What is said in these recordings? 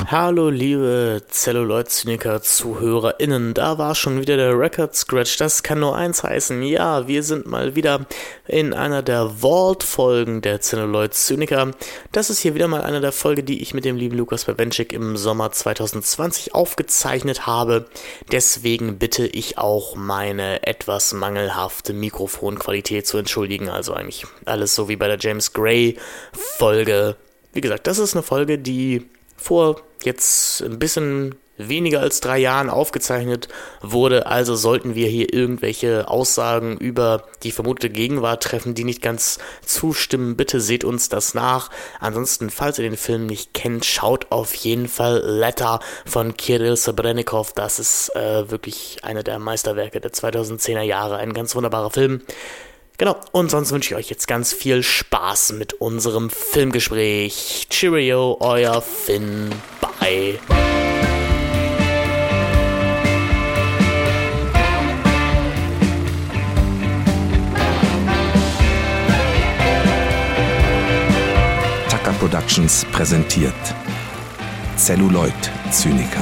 Hallo liebe Celluloid-Zyniker-ZuhörerInnen, da war schon wieder der Record-Scratch, das kann nur eins heißen, ja, wir sind mal wieder in einer der Vault-Folgen der Celluloid-Zyniker. Das ist hier wieder mal eine der Folgen, die ich mit dem lieben Lukas Bawenschik im Sommer 2020 aufgezeichnet habe. Deswegen bitte ich auch meine etwas mangelhafte Mikrofonqualität zu entschuldigen, also eigentlich alles so wie bei der James Gray-Folge. Wie gesagt, das ist eine Folge, die vor jetzt ein bisschen weniger als 3 Jahren aufgezeichnet wurde, also sollten wir hier irgendwelche Aussagen über die vermutete Gegenwart treffen, die nicht ganz zustimmen, bitte seht uns das nach. Ansonsten, falls ihr den Film nicht kennt, schaut auf jeden Fall Letter von Kirill Serebrennikov, das ist wirklich eine der Meisterwerke der 2010er Jahre, ein ganz wunderbarer Film. Genau, und sonst wünsche ich euch jetzt ganz viel Spaß mit unserem Filmgespräch. Cheerio, euer Finn. Bye. Tucker Productions präsentiert Celluloid Zyniker.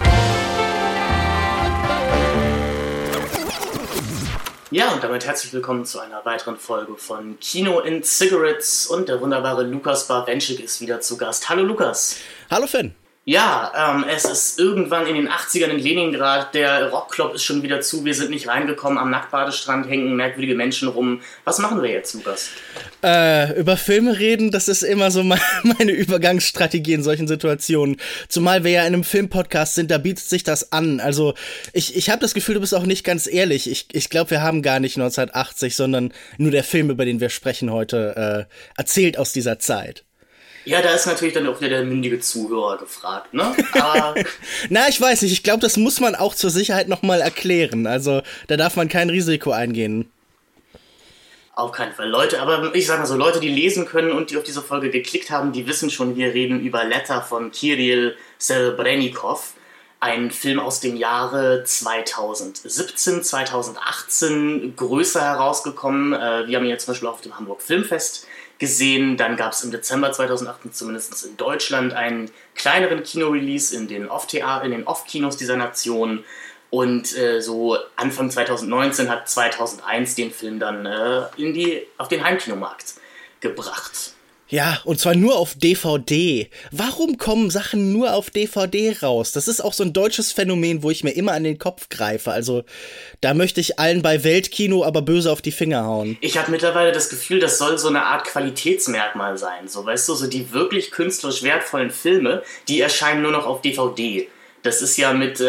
Ja, und damit herzlich willkommen zu einer weiteren Folge von Kino in Cigarettes und der wunderbare Lukas Bawenschik ist wieder zu Gast. Hallo Lukas. Hallo Finn. Ja, es ist irgendwann in den 80ern in Leningrad, der Rockclub ist schon wieder zu, wir sind nicht reingekommen, am Nacktbadestrand hängen merkwürdige Menschen rum. Was machen wir jetzt, Lukas? Über Filme reden, das ist immer so meine Übergangsstrategie in solchen Situationen. Zumal wir ja in einem Filmpodcast sind, da bietet sich das an. Also ich habe das Gefühl, du bist auch nicht ganz ehrlich. Ich glaube, wir haben gar nicht 1980, sondern nur der Film, über den wir sprechen heute, erzählt aus dieser Zeit. Ja, da ist natürlich dann auch wieder der mündige Zuhörer gefragt, ne? Aber Na, ich weiß nicht. Ich glaube, das muss man auch zur Sicherheit nochmal erklären. Also, da darf man kein Risiko eingehen. Auf keinen Fall. Leute, aber ich sag mal so, Leute, die lesen können und die auf diese Folge geklickt haben, die wissen schon, wir reden über Letter von Kirill Serebrennikov. Ein Film aus dem Jahre 2017, 2018, größer herausgekommen. Wir haben ihn jetzt zum Beispiel auf dem Hamburg Filmfest gesehen. Dann gab es im Dezember 2018 zumindest in Deutschland einen kleineren Kinorelease in den Off-Kinos dieser Nation. Und so Anfang 2019 hat 2001 den Film dann auf den Heimkinomarkt gebracht. Ja, und zwar nur auf DVD. Warum kommen Sachen nur auf DVD raus? Das ist auch so ein deutsches Phänomen, wo ich mir immer an den Kopf greife. Also, da möchte ich allen bei Weltkino aber böse auf die Finger hauen. Ich habe mittlerweile das Gefühl, das soll so eine Art Qualitätsmerkmal sein. So, weißt du, so die wirklich künstlerisch wertvollen Filme, die erscheinen nur noch auf DVD. Das ist ja mit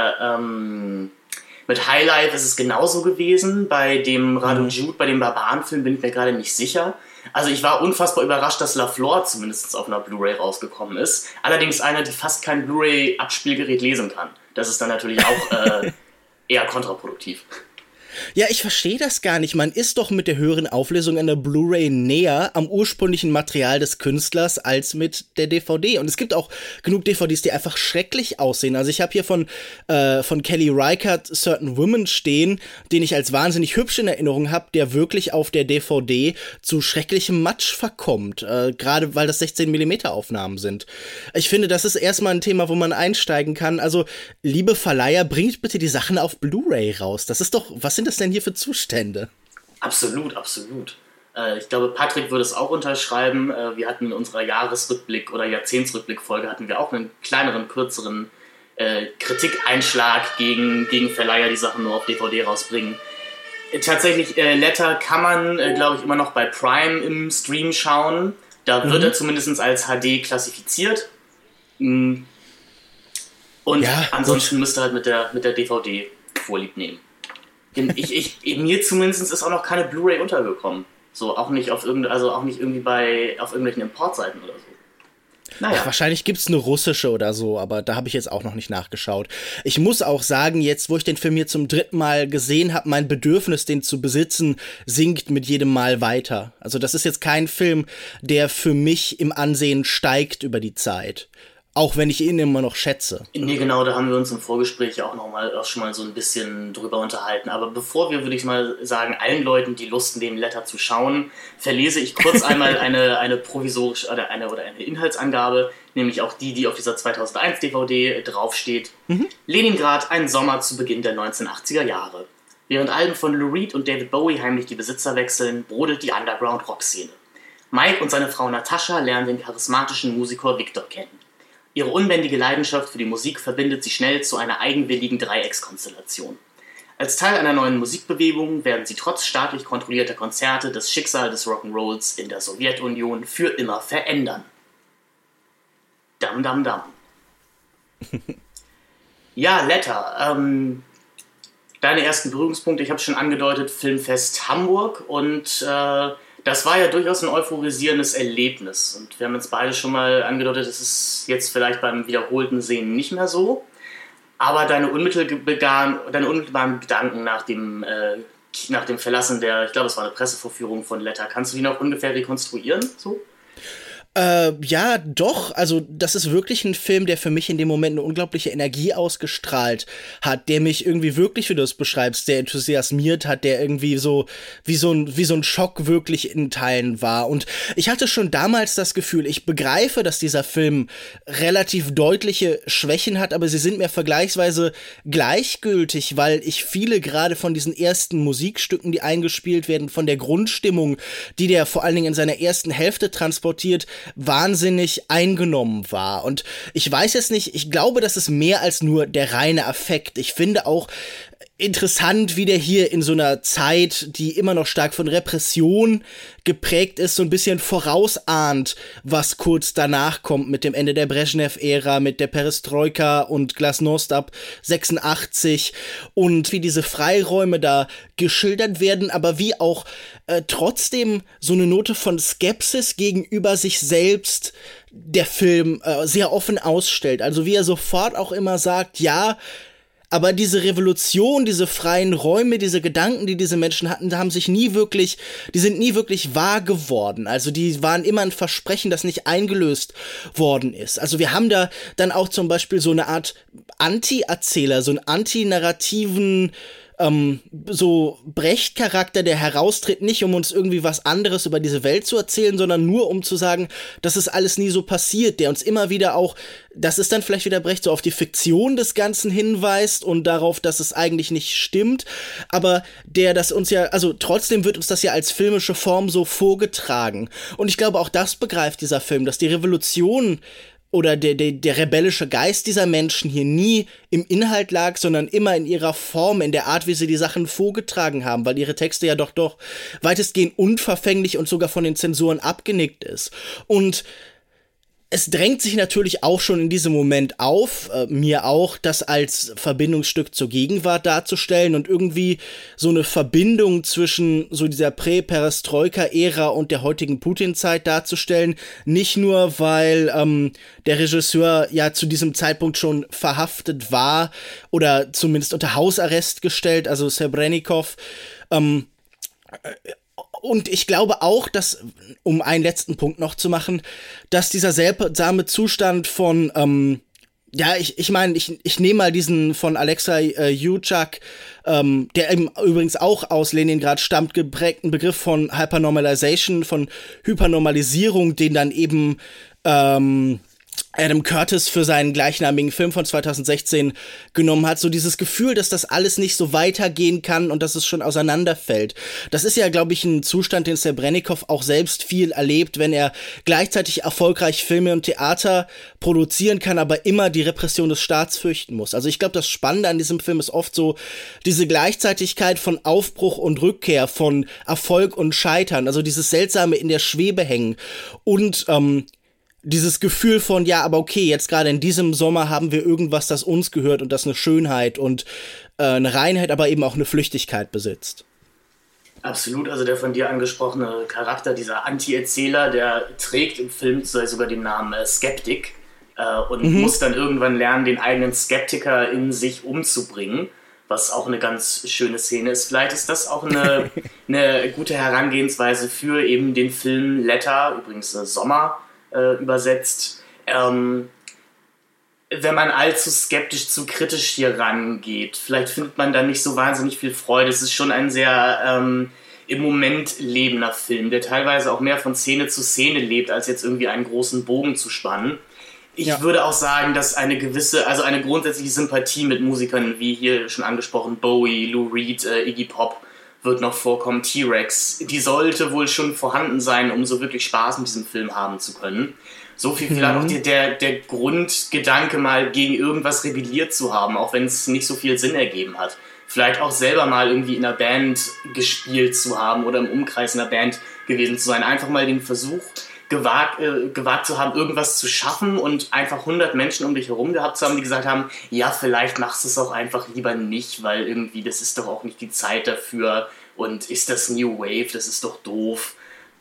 Highlife ist es genauso gewesen. Bei dem Radu Jude, bei dem Barbarenfilm bin ich mir gerade nicht sicher. Also ich war unfassbar überrascht, dass La Flor zumindest auf einer Blu-ray rausgekommen ist. Allerdings einer, die fast kein Blu-ray-Abspielgerät lesen kann. Das ist dann natürlich auch eher kontraproduktiv. Ja, ich verstehe das gar nicht. Man ist doch mit der höheren Auflösung an der Blu-ray näher am ursprünglichen Material des Künstlers als mit der DVD. Und es gibt auch genug DVDs, die einfach schrecklich aussehen. Also ich habe hier von Kelly Reichardt Certain Women stehen, den ich als wahnsinnig hübsch in Erinnerung habe, der wirklich auf der DVD zu schrecklichem Matsch verkommt. Gerade weil das 16mm Aufnahmen sind. Ich finde, das ist erstmal ein Thema, wo man einsteigen kann. Also, liebe Verleiher, bringt bitte die Sachen auf Blu-ray raus. Das ist doch, was sind das denn hier für Zustände? Absolut, absolut. Ich glaube, Patrick würde es auch unterschreiben. Wir hatten in unserer Jahresrückblick- oder Jahrzehntsrückblick-Folge hatten wir auch einen kleineren, kürzeren Kritikeinschlag gegen Verleiher, die Sachen nur auf DVD rausbringen. Tatsächlich, Letter kann man, glaube ich, immer noch bei Prime im Stream schauen. Da wird er zumindest als HD klassifiziert. Und ja, ansonsten müsste halt mit der DVD Vorlieb nehmen. Mir zumindest ist auch noch keine Blu-ray untergekommen. So, auch nicht auf irgendwie auf irgendwelchen Importseiten oder so. Naja. Ach, wahrscheinlich gibt's eine russische oder so, aber da habe ich jetzt auch noch nicht nachgeschaut. Ich muss auch sagen, jetzt, wo ich den Film hier zum 3. Mal gesehen habe, mein Bedürfnis, den zu besitzen, sinkt mit jedem Mal weiter. Also das ist jetzt kein Film, der für mich im Ansehen steigt über die Zeit. auch wenn ich ihn immer noch schätze. Nee, genau, da haben wir uns im Vorgespräch auch schon mal so ein bisschen drüber unterhalten. Aber bevor wir, würde ich mal sagen, allen Leuten, die Lust nehmen, Letter zu schauen, verlese ich kurz einmal eine provisorische oder eine Inhaltsangabe, nämlich auch die auf dieser 2001 DVD draufsteht. Leningrad, ein Sommer zu Beginn der 1980er Jahre. Während Alben von Lou Reed und David Bowie heimlich die Besitzer wechseln, brodelt die Underground-Rock-Szene. Mike und seine Frau Natascha lernen den charismatischen Musiker Victor kennen. Ihre unbändige Leidenschaft für die Musik verbindet sie schnell zu einer eigenwilligen Dreieckskonstellation. Als Teil einer neuen Musikbewegung werden sie trotz staatlich kontrollierter Konzerte das Schicksal des Rock'n'Rolls in der Sowjetunion für immer verändern. Dam, dam, dam. Ja, Letter. Deine ersten Berührungspunkte, ich habe schon angedeutet, Filmfest Hamburg und das war ja durchaus ein euphorisierendes Erlebnis. Und wir haben jetzt beide schon mal angedeutet, es ist jetzt vielleicht beim wiederholten Sehen nicht mehr so. Aber deine unmittelbaren Gedanken nach dem Verlassen ich glaube, es war eine Pressevorführung von Letter, kannst du die noch ungefähr rekonstruieren? So? Ja, doch. Also das ist wirklich ein Film, der für mich in dem Moment eine unglaubliche Energie ausgestrahlt hat, der mich irgendwie wirklich, wie du es beschreibst, sehr enthusiasmiert hat, der irgendwie so wie so ein Schock wirklich in Teilen war. Und ich hatte schon damals das Gefühl, ich begreife, dass dieser Film relativ deutliche Schwächen hat, aber sie sind mir vergleichsweise gleichgültig, weil ich viele gerade von diesen ersten Musikstücken, die eingespielt werden, von der Grundstimmung, die der vor allen Dingen in seiner ersten Hälfte transportiert, wahnsinnig eingenommen war. Und ich weiß jetzt nicht, ich glaube, das ist mehr als nur der reine Affekt. Ich finde auch interessant, wie der hier in so einer Zeit, die immer noch stark von Repression geprägt ist, so ein bisschen vorausahnt, was kurz danach kommt mit dem Ende der Brezhnev-Ära, mit der Perestroika und Glasnost ab 86 und wie diese Freiräume da geschildert werden, aber wie auch trotzdem so eine Note von Skepsis gegenüber sich selbst der Film sehr offen ausstellt. Also wie er sofort auch immer sagt, ja, aber diese Revolution, diese freien Räume, diese Gedanken, die diese Menschen hatten, die sind nie wirklich wahr geworden. Also die waren immer ein Versprechen, das nicht eingelöst worden ist. Also wir haben da dann auch zum Beispiel so eine Art Anti-Erzähler, so einen antinarrativen so Brecht-Charakter, der heraustritt, nicht um uns irgendwie was anderes über diese Welt zu erzählen, sondern nur um zu sagen, das ist alles nie so passiert, der uns immer wieder auch, das ist dann vielleicht wieder Brecht, so auf die Fiktion des Ganzen hinweist und darauf, dass es eigentlich nicht stimmt, aber der das uns ja, also trotzdem wird uns das ja als filmische Form so vorgetragen. Und ich glaube, auch das begreift dieser Film, dass die Revolution oder der rebellische Geist dieser Menschen hier nie im Inhalt lag, sondern immer in ihrer Form, in der Art, wie sie die Sachen vorgetragen haben, weil ihre Texte ja doch weitestgehend unverfänglich und sogar von den Zensuren abgenickt ist. Und es drängt sich natürlich auch schon in diesem Moment auf, mir auch, das als Verbindungsstück zur Gegenwart darzustellen und irgendwie so eine Verbindung zwischen so dieser Prä-Perestroika-Ära und der heutigen Putin-Zeit darzustellen. Nicht nur, weil der Regisseur ja zu diesem Zeitpunkt schon verhaftet war oder zumindest unter Hausarrest gestellt, also Srebrenikov, und ich glaube auch, dass, um einen letzten Punkt noch zu machen, dass dieser seltsame Zustand von, ich nehme mal diesen von Alexei Jutschak, der eben übrigens auch aus Leningrad stammt, geprägten Begriff von Hypernormalization, von Hypernormalisierung, den dann eben Adam Curtis für seinen gleichnamigen Film von 2016 genommen hat, so dieses Gefühl, dass das alles nicht so weitergehen kann und dass es schon auseinanderfällt. Das ist ja, glaube ich, ein Zustand, den Srebrenikov auch selbst viel erlebt, wenn er gleichzeitig erfolgreich Filme und Theater produzieren kann, aber immer die Repression des Staats fürchten muss. Also ich glaube, das Spannende an diesem Film ist oft so diese Gleichzeitigkeit von Aufbruch und Rückkehr, von Erfolg und Scheitern, also dieses seltsame in der Schwebe hängen und dieses Gefühl von, ja, aber okay, jetzt gerade in diesem Sommer haben wir irgendwas, das uns gehört und das eine Schönheit und eine Reinheit, aber eben auch eine Flüchtigkeit besitzt. Absolut, also der von dir angesprochene Charakter, dieser Anti-Erzähler, der trägt im Film sogar den Namen Skeptik und muss dann irgendwann lernen, den eigenen Skeptiker in sich umzubringen, was auch eine ganz schöne Szene ist. Vielleicht ist das auch eine gute Herangehensweise für eben den Film Letter, übrigens Sommer, übersetzt. wenn man allzu skeptisch, zu kritisch hier rangeht. Vielleicht findet man da nicht so wahnsinnig viel Freude. Es ist schon ein sehr im Moment lebender Film, der teilweise auch mehr von Szene zu Szene lebt, als jetzt irgendwie einen großen Bogen zu spannen. Ich würde auch sagen, dass eine grundsätzliche Sympathie mit Musikern, wie hier schon angesprochen, Bowie, Lou Reed, Iggy Pop, wird noch vorkommen, T-Rex, die sollte wohl schon vorhanden sein, um so wirklich Spaß mit diesem Film haben zu können. So viel vielleicht auch der Grundgedanke, mal gegen irgendwas rebelliert zu haben, auch wenn es nicht so viel Sinn ergeben hat. Vielleicht auch selber mal irgendwie in einer Band gespielt zu haben oder im Umkreis einer Band gewesen zu sein. Einfach mal den Versuch gewagt zu haben, irgendwas zu schaffen und einfach 100 Menschen um dich herum gehabt zu haben, die gesagt haben, ja, vielleicht machst du es auch einfach lieber nicht, weil irgendwie das ist doch auch nicht die Zeit dafür und ist das New Wave, das ist doch doof.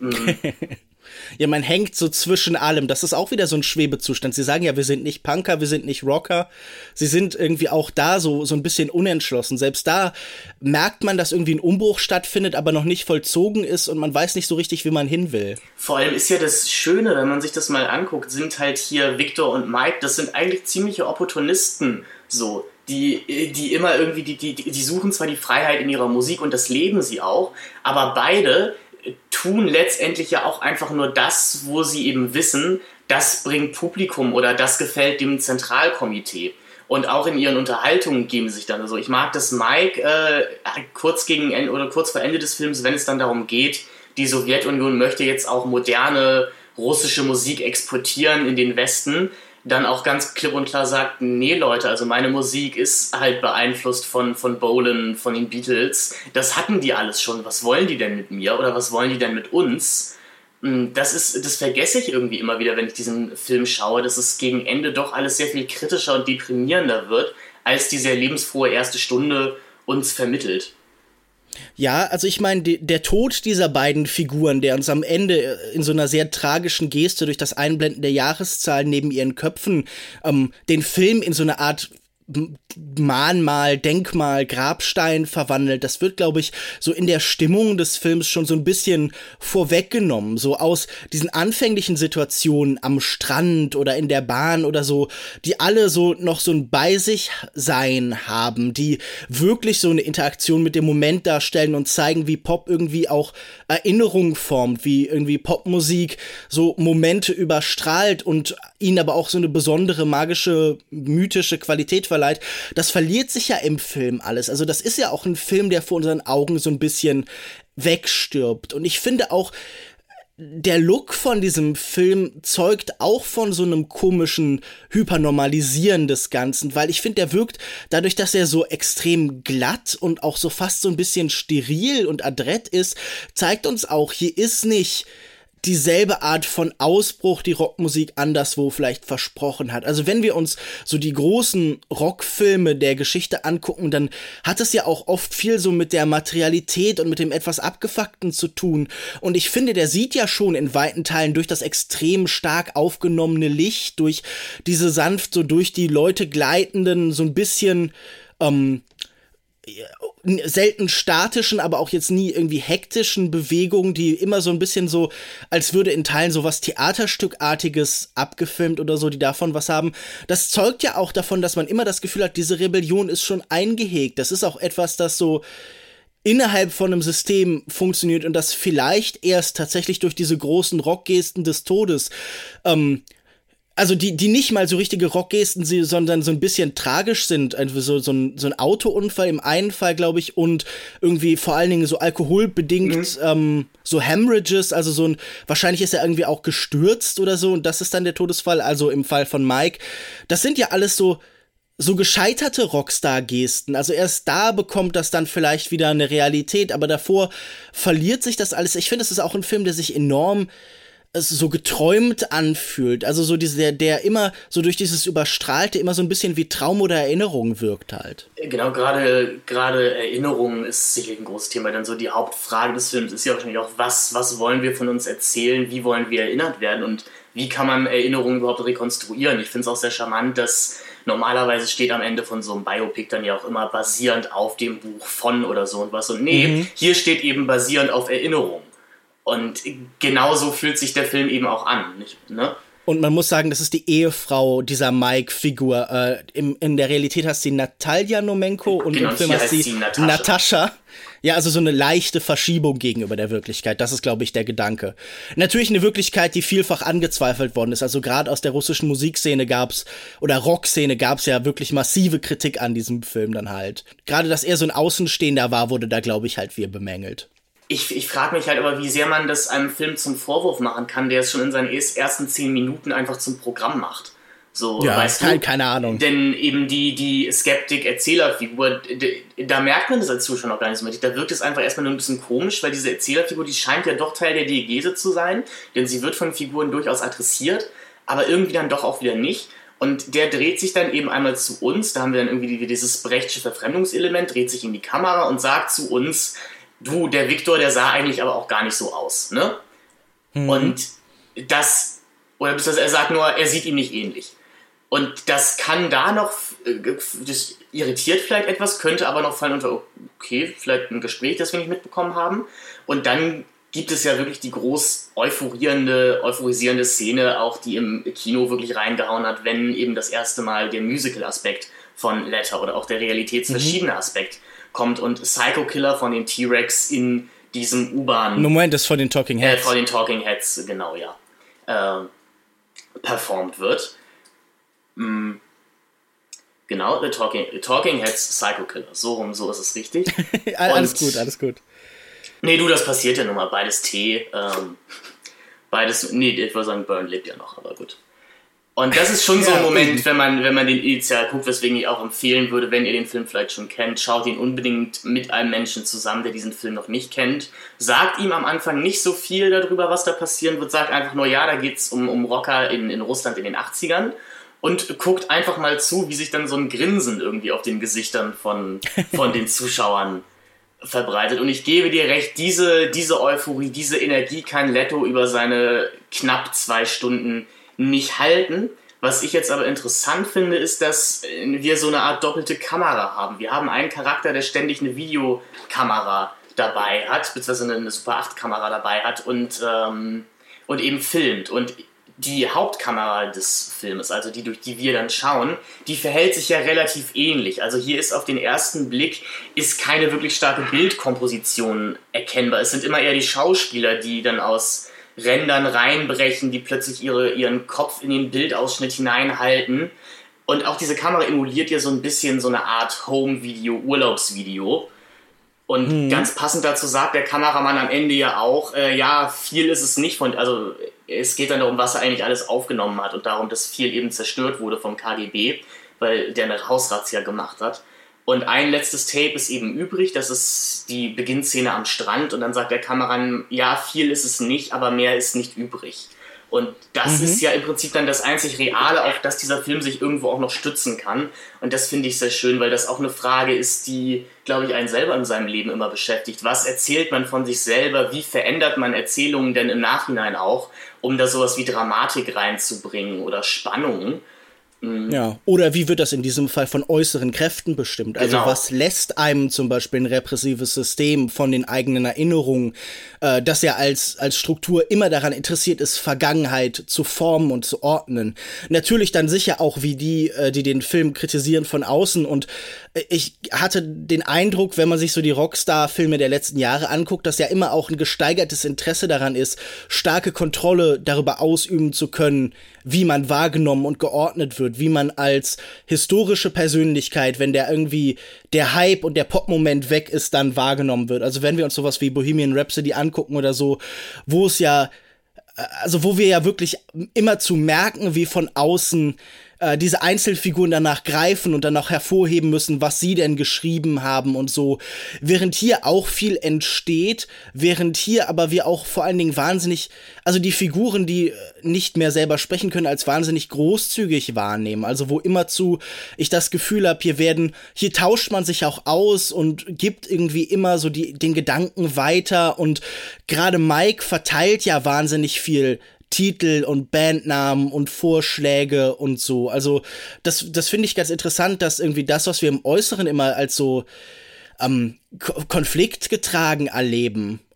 Ja, man hängt so zwischen allem. Das ist auch wieder so ein Schwebezustand. Sie sagen ja, wir sind nicht Punker, wir sind nicht Rocker. Sie sind irgendwie auch da so ein bisschen unentschlossen. Selbst da merkt man, dass irgendwie ein Umbruch stattfindet, aber noch nicht vollzogen ist und man weiß nicht so richtig, wie man hin will. Vor allem ist ja das Schöne, wenn man sich das mal anguckt, sind halt hier Victor und Mike, das sind eigentlich ziemliche Opportunisten, so. Die immer irgendwie, die suchen zwar die Freiheit in ihrer Musik und das leben sie auch, aber beide tun letztendlich ja auch einfach nur das, wo sie eben wissen, das bringt Publikum oder das gefällt dem Zentralkomitee. Und auch in ihren Unterhaltungen geben sie sich dann so. Ich mag das Mike kurz vor Ende des Films, wenn es dann darum geht, die Sowjetunion möchte jetzt auch moderne russische Musik exportieren in den Westen, dann auch ganz klipp und klar sagt, nee Leute, also meine Musik ist halt beeinflusst von Bolan, von den Beatles. Das hatten die alles schon. Was wollen die denn mit mir oder was wollen die denn mit uns? Das vergesse ich irgendwie immer wieder, wenn ich diesen Film schaue, dass es gegen Ende doch alles sehr viel kritischer und deprimierender wird, als die sehr lebensfrohe erste Stunde uns vermittelt. Ja, also ich meine, der Tod dieser beiden Figuren, der uns am Ende in so einer sehr tragischen Geste durch das Einblenden der Jahreszahlen neben ihren Köpfen den Film in so eine Art Mahnmal, Denkmal, Grabstein verwandelt. Das wird, glaube ich, so in der Stimmung des Films schon so ein bisschen vorweggenommen. So aus diesen anfänglichen Situationen am Strand oder in der Bahn oder so, die alle so noch so ein bei sich sein haben, die wirklich so eine Interaktion mit dem Moment darstellen und zeigen, wie Pop irgendwie auch Erinnerungen formt, wie irgendwie Popmusik so Momente überstrahlt und ihnen aber auch so eine besondere magische, mythische Qualität verleiht. Das verliert sich ja im Film alles. Also das ist ja auch ein Film, der vor unseren Augen so ein bisschen wegstirbt. Und ich finde auch, der Look von diesem Film zeugt auch von so einem komischen Hypernormalisieren des Ganzen, weil ich finde, der wirkt dadurch, dass er so extrem glatt und auch so fast so ein bisschen steril und adrett ist, zeigt uns auch, hier ist nicht dieselbe Art von Ausbruch, die Rockmusik anderswo vielleicht versprochen hat. Also wenn wir uns so die großen Rockfilme der Geschichte angucken, dann hat es ja auch oft viel so mit der Materialität und mit dem etwas Abgefuckten zu tun. Und ich finde, der sieht ja schon in weiten Teilen durch das extrem stark aufgenommene Licht, durch diese sanft so durch die Leute gleitenden, so ein bisschen selten statischen, aber auch jetzt nie irgendwie hektischen Bewegungen, die immer so ein bisschen so, als würde in Teilen so was Theaterstückartiges abgefilmt oder so, die davon was haben. Das zeugt ja auch davon, dass man immer das Gefühl hat, diese Rebellion ist schon eingehegt. Das ist auch etwas, das so innerhalb von einem System funktioniert und das vielleicht erst tatsächlich durch diese großen Rockgesten des Todes also die nicht mal so richtige Rockgesten sind, sondern so ein bisschen tragisch sind. Also so ein Autounfall im einen Fall, glaube ich, und irgendwie vor allen Dingen so alkoholbedingt so Hemorrhages, also wahrscheinlich ist er irgendwie auch gestürzt oder so und das ist dann der Todesfall, also im Fall von Mike. Das sind ja alles so gescheiterte Rockstar-Gesten. Also erst da bekommt das dann vielleicht wieder eine Realität, aber davor verliert sich das alles. Ich finde, es ist auch ein Film, der sich enorm so geträumt anfühlt, also so der immer so durch dieses Überstrahlte immer so ein bisschen wie Traum oder Erinnerung wirkt halt. Genau, gerade Erinnerung ist sicherlich ein großes Thema, denn so die Hauptfrage des Films ist ja wahrscheinlich auch, was wollen wir von uns erzählen, wie wollen wir erinnert werden und wie kann man Erinnerungen überhaupt rekonstruieren. Ich finde es auch sehr charmant, dass normalerweise steht am Ende von so einem Biopic dann ja auch immer basierend auf dem Buch von oder so und was und hier steht eben basierend auf Erinnerung. Und genauso fühlt sich der Film eben auch an, nicht, ne? Und man muss sagen, das ist die Ehefrau dieser Mike-Figur. In der Realität heißt sie Natalia Nomenko und genau, im Film heißt sie Natascha. Ja, also so eine leichte Verschiebung gegenüber der Wirklichkeit. Das ist, glaube ich, der Gedanke. Natürlich eine Wirklichkeit, die vielfach angezweifelt worden ist. Also gerade aus der russischen Musikszene oder Rockszene gab's ja wirklich massive Kritik an diesem Film dann halt. Gerade, dass er so ein Außenstehender war, wurde da, glaube ich, halt viel bemängelt. Ich frage mich halt aber, wie sehr man das einem Film zum Vorwurf machen kann, der es schon in seinen ersten 10 Minuten einfach zum Programm macht. So, ja, weißt du? Keine Ahnung. Denn eben die Skeptik-Erzählerfigur, da merkt man das als Zuschauer noch gar nicht so richtig. Da wirkt es einfach erstmal nur ein bisschen komisch, weil diese Erzählerfigur, die scheint ja doch Teil der Diegese zu sein, denn sie wird von Figuren durchaus adressiert, aber irgendwie dann doch auch wieder nicht. Und der dreht sich dann eben einmal zu uns, da haben wir dann irgendwie dieses Brechtsche Verfremdungselement, dreht sich in die Kamera und sagt zu uns, du, der Viktor, der sah eigentlich aber auch gar nicht so aus, ne? Und das, oder beziehungsweise er sagt nur, er sieht ihm nicht ähnlich. Und das kann da noch, das irritiert vielleicht etwas, könnte aber noch fallen unter, okay, vielleicht ein Gespräch, das wir nicht mitbekommen haben. Und dann gibt es ja wirklich die groß euphorisierende Szene, auch die im Kino wirklich reingehauen hat, wenn eben das erste Mal der Musical-Aspekt von Letter oder auch der realitätsverschiedene Aspekt kommt und Psycho Killer von den T-Rex in diesem U-Bahn... Moment, das ist von den Talking Heads. Von den Talking Heads, genau, ja. Performt wird. Genau, The Talking Heads Psycho Killer. So ist es richtig. Alles gut. Nee, du, das passiert ja nun mal. Beides T. Beides, nee, ich würde sagen, Byrne lebt ja noch, aber gut. Und das ist schon so ein Moment, wenn man den initial guckt, weswegen ich auch empfehlen würde, wenn ihr den Film vielleicht schon kennt, schaut ihn unbedingt mit einem Menschen zusammen, der diesen Film noch nicht kennt. Sagt ihm am Anfang nicht so viel darüber, was da passieren wird. Sagt einfach nur, ja, da geht's um Rocker in Russland in den 80ern. Und guckt einfach mal zu, wie sich dann so ein Grinsen irgendwie auf den Gesichtern von den Zuschauern verbreitet. Und ich gebe dir recht, diese Euphorie, diese Energie kann Leto über seine knapp 2 Stunden nicht halten. Was ich jetzt aber interessant finde, ist, dass wir so eine Art doppelte Kamera haben. Wir haben einen Charakter, der ständig eine Videokamera dabei hat, beziehungsweise eine Super 8 Kamera dabei hat und eben filmt. Und die Hauptkamera des Filmes, also die, durch die wir dann schauen, die verhält sich ja relativ ähnlich. Also hier ist auf den ersten Blick ist keine wirklich starke Bildkomposition erkennbar. Es sind immer eher die Schauspieler, die dann aus Rändern reinbrechen, die plötzlich ihren Kopf in den Bildausschnitt hineinhalten. Und auch diese Kamera emuliert ja so ein bisschen so eine Art Home-Video, Urlaubsvideo. Und ganz passend dazu sagt der Kameramann am Ende ja auch, ja, viel ist es nicht also es geht dann darum, was er eigentlich alles aufgenommen hat und darum, dass viel eben zerstört wurde vom KGB, weil der eine Hausrazzia gemacht hat. Und ein letztes Tape ist eben übrig, das ist die Beginnszene am Strand und dann sagt der Kameramann, ja, viel ist es nicht, aber mehr ist nicht übrig. Und das ist ja im Prinzip dann das einzig Reale, auf das dieser Film sich irgendwo auch noch stützen kann. Und das finde ich sehr schön, weil das auch eine Frage ist, die, glaube ich, einen selber in seinem Leben immer beschäftigt. Was erzählt man von sich selber? Wie verändert man Erzählungen denn im Nachhinein auch, um da sowas wie Dramatik reinzubringen oder Spannung? Ja, oder wie wird das in diesem Fall von äußeren Kräften bestimmt? Also was lässt einem zum Beispiel ein repressives System von den eigenen Erinnerungen, das ja als Struktur immer daran interessiert ist, Vergangenheit zu formen und zu ordnen. Natürlich dann sicher auch wie die den Film kritisieren von außen und ich hatte den Eindruck, wenn man sich so die Rockstar-Filme der letzten Jahre anguckt, dass ja immer auch ein gesteigertes Interesse daran ist, starke Kontrolle darüber ausüben zu können, wie man wahrgenommen und geordnet wird, wie man als historische Persönlichkeit, wenn der Hype und der Pop-Moment weg ist, dann wahrgenommen wird. Also wenn wir uns sowas wie Bohemian Rhapsody angucken oder so, wo wir ja wirklich immer zu merken, wie von außen diese Einzelfiguren danach greifen und dann auch hervorheben müssen, was sie denn geschrieben haben und so. Während hier auch viel entsteht, während hier aber wir auch vor allen Dingen also die Figuren, die nicht mehr selber sprechen können, als wahnsinnig großzügig wahrnehmen. Also wo immerzu ich das Gefühl habe, hier tauscht man sich auch aus und gibt irgendwie immer so den Gedanken weiter und gerade Mike verteilt ja wahnsinnig viel Titel und Bandnamen und Vorschläge und so. Also das finde ich ganz interessant, dass irgendwie das, was wir im Äußeren immer als so konfliktgetragen erleben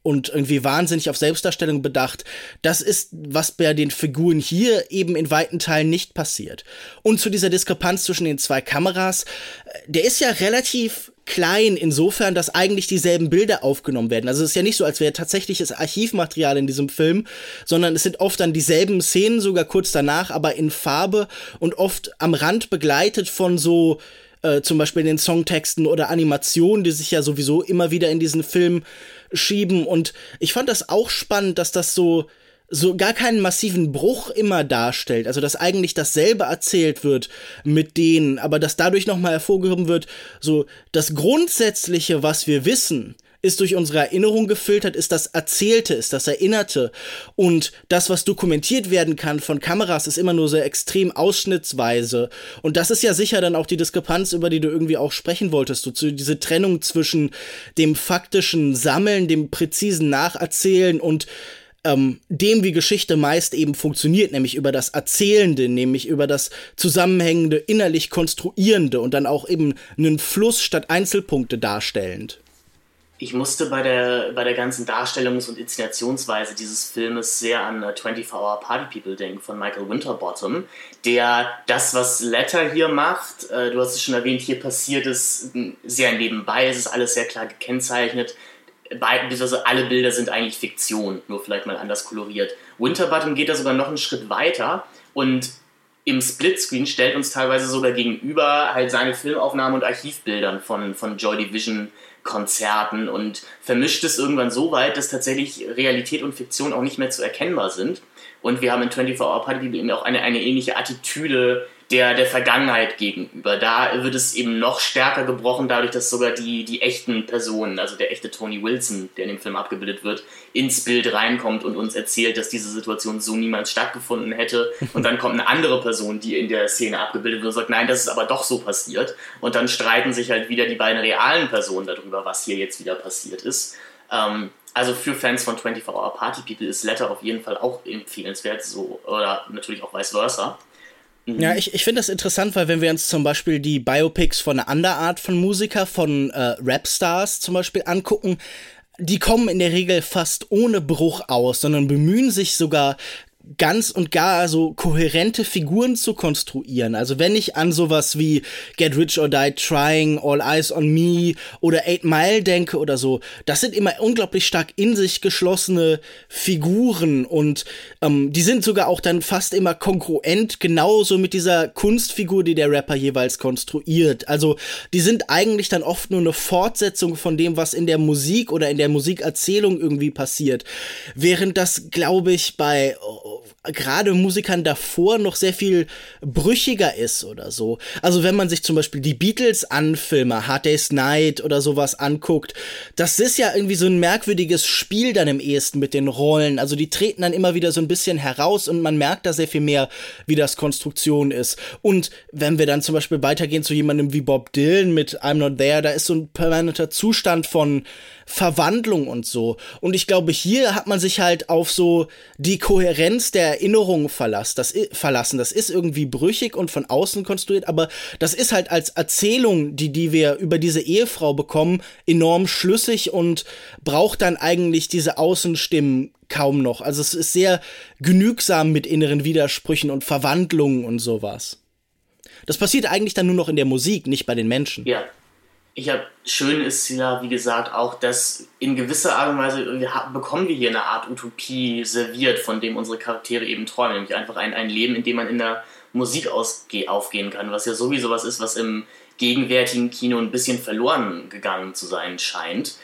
und irgendwie wahnsinnig auf Selbstdarstellung bedacht. Das ist, was bei den Figuren hier eben in weiten Teilen nicht passiert. Und zu dieser Diskrepanz zwischen den zwei Kameras, der ist ja relativ klein insofern, dass eigentlich dieselben Bilder aufgenommen werden. Also es ist ja nicht so, als wäre tatsächliches Archivmaterial in diesem Film, sondern es sind oft dann dieselben Szenen, sogar kurz danach, aber in Farbe und oft am Rand begleitet von so zum Beispiel den Songtexten oder Animationen, die sich ja sowieso immer wieder in diesen Film schieben. Und ich fand das auch spannend, dass das so gar keinen massiven Bruch immer darstellt, also dass eigentlich dasselbe erzählt wird mit denen, aber dass dadurch nochmal hervorgehoben wird, so das Grundsätzliche, was wir wissen, ist durch unsere Erinnerung gefiltert, ist das Erzählte, ist das Erinnerte, und das, was dokumentiert werden kann von Kameras, ist immer nur so extrem ausschnittsweise, und das ist ja sicher dann auch die Diskrepanz, über die du irgendwie auch sprechen wolltest, diese Trennung zwischen dem faktischen Sammeln, dem präzisen Nacherzählen und dem, wie Geschichte meist eben funktioniert, nämlich über das Erzählende, nämlich über das Zusammenhängende, innerlich Konstruierende und dann auch eben einen Fluss statt Einzelpunkte darstellend. Ich musste bei der ganzen Darstellungs- und Inszenationsweise dieses Filmes sehr an 24 Hour Party People denken von Michael Winterbottom, der das, was Letter hier macht, du hast es schon erwähnt, hier passiert es sehr nebenbei, es ist alles sehr klar gekennzeichnet. Also alle Bilder sind eigentlich Fiktion, nur vielleicht mal anders koloriert. Winterbottom geht da sogar noch einen Schritt weiter und im Splitscreen stellt uns teilweise sogar gegenüber halt seine Filmaufnahmen und Archivbildern von Joy Division Konzerten und vermischt es irgendwann so weit, dass tatsächlich Realität und Fiktion auch nicht mehr zu erkennbar sind. Und wir haben in 24 Hour Party eben auch eine ähnliche Attitüde der Vergangenheit gegenüber. Da wird es eben noch stärker gebrochen, dadurch, dass sogar die echten Personen, also der echte Tony Wilson, der in dem Film abgebildet wird, ins Bild reinkommt und uns erzählt, dass diese Situation so niemals stattgefunden hätte. Und dann kommt eine andere Person, die in der Szene abgebildet wird und sagt, nein, das ist aber doch so passiert. Und dann streiten sich halt wieder die beiden realen Personen darüber, was hier jetzt wieder passiert ist. Also für Fans von 24 Hour Party People ist Letter auf jeden Fall auch empfehlenswert, so, oder natürlich auch vice versa. Ja, ich finde das interessant, weil wenn wir uns zum Beispiel die Biopics von einer anderen Art von Musiker, von Rapstars zum Beispiel angucken, die kommen in der Regel fast ohne Bruch aus, sondern bemühen sich sogar ganz und gar so kohärente Figuren zu konstruieren. Also wenn ich an sowas wie Get Rich or Die Trying, All Eyes on Me oder 8 Mile denke oder so, das sind immer unglaublich stark in sich geschlossene Figuren und die sind sogar auch dann fast immer kongruent, genauso mit dieser Kunstfigur, die der Rapper jeweils konstruiert. Also die sind eigentlich dann oft nur eine Fortsetzung von dem, was in der Musik oder in der Musikerzählung irgendwie passiert. Während das, glaube ich, bei gerade Musikern davor noch sehr viel brüchiger ist oder so. Also wenn man sich zum Beispiel die Beatles-Anfilme, Hard Day's Night oder sowas anguckt, das ist ja irgendwie so ein merkwürdiges Spiel dann im ehesten mit den Rollen. Also die treten dann immer wieder so ein bisschen heraus und man merkt da sehr viel mehr, wie das Konstruktion ist. Und wenn wir dann zum Beispiel weitergehen zu jemandem wie Bob Dylan mit I'm Not There, da ist so ein permanenter Zustand von Verwandlung und so. Und ich glaube, hier hat man sich halt auf so die Kohärenz der Erinnerung verlassen. Das ist irgendwie brüchig und von außen konstruiert, aber das ist halt als Erzählung, die wir über diese Ehefrau bekommen, enorm schlüssig und braucht dann eigentlich diese Außenstimmen kaum noch. Also es ist sehr genügsam mit inneren Widersprüchen und Verwandlungen und sowas. Das passiert eigentlich dann nur noch in der Musik, nicht bei den Menschen. Ja. Schön ist ja, wie gesagt, auch, dass in gewisser Art und Weise bekommen wir hier eine Art Utopie serviert, von dem unsere Charaktere eben träumen, nämlich einfach ein Leben, in dem man in der Musik aufgehen kann, was ja sowieso was ist, was im gegenwärtigen Kino ein bisschen verloren gegangen zu sein scheint.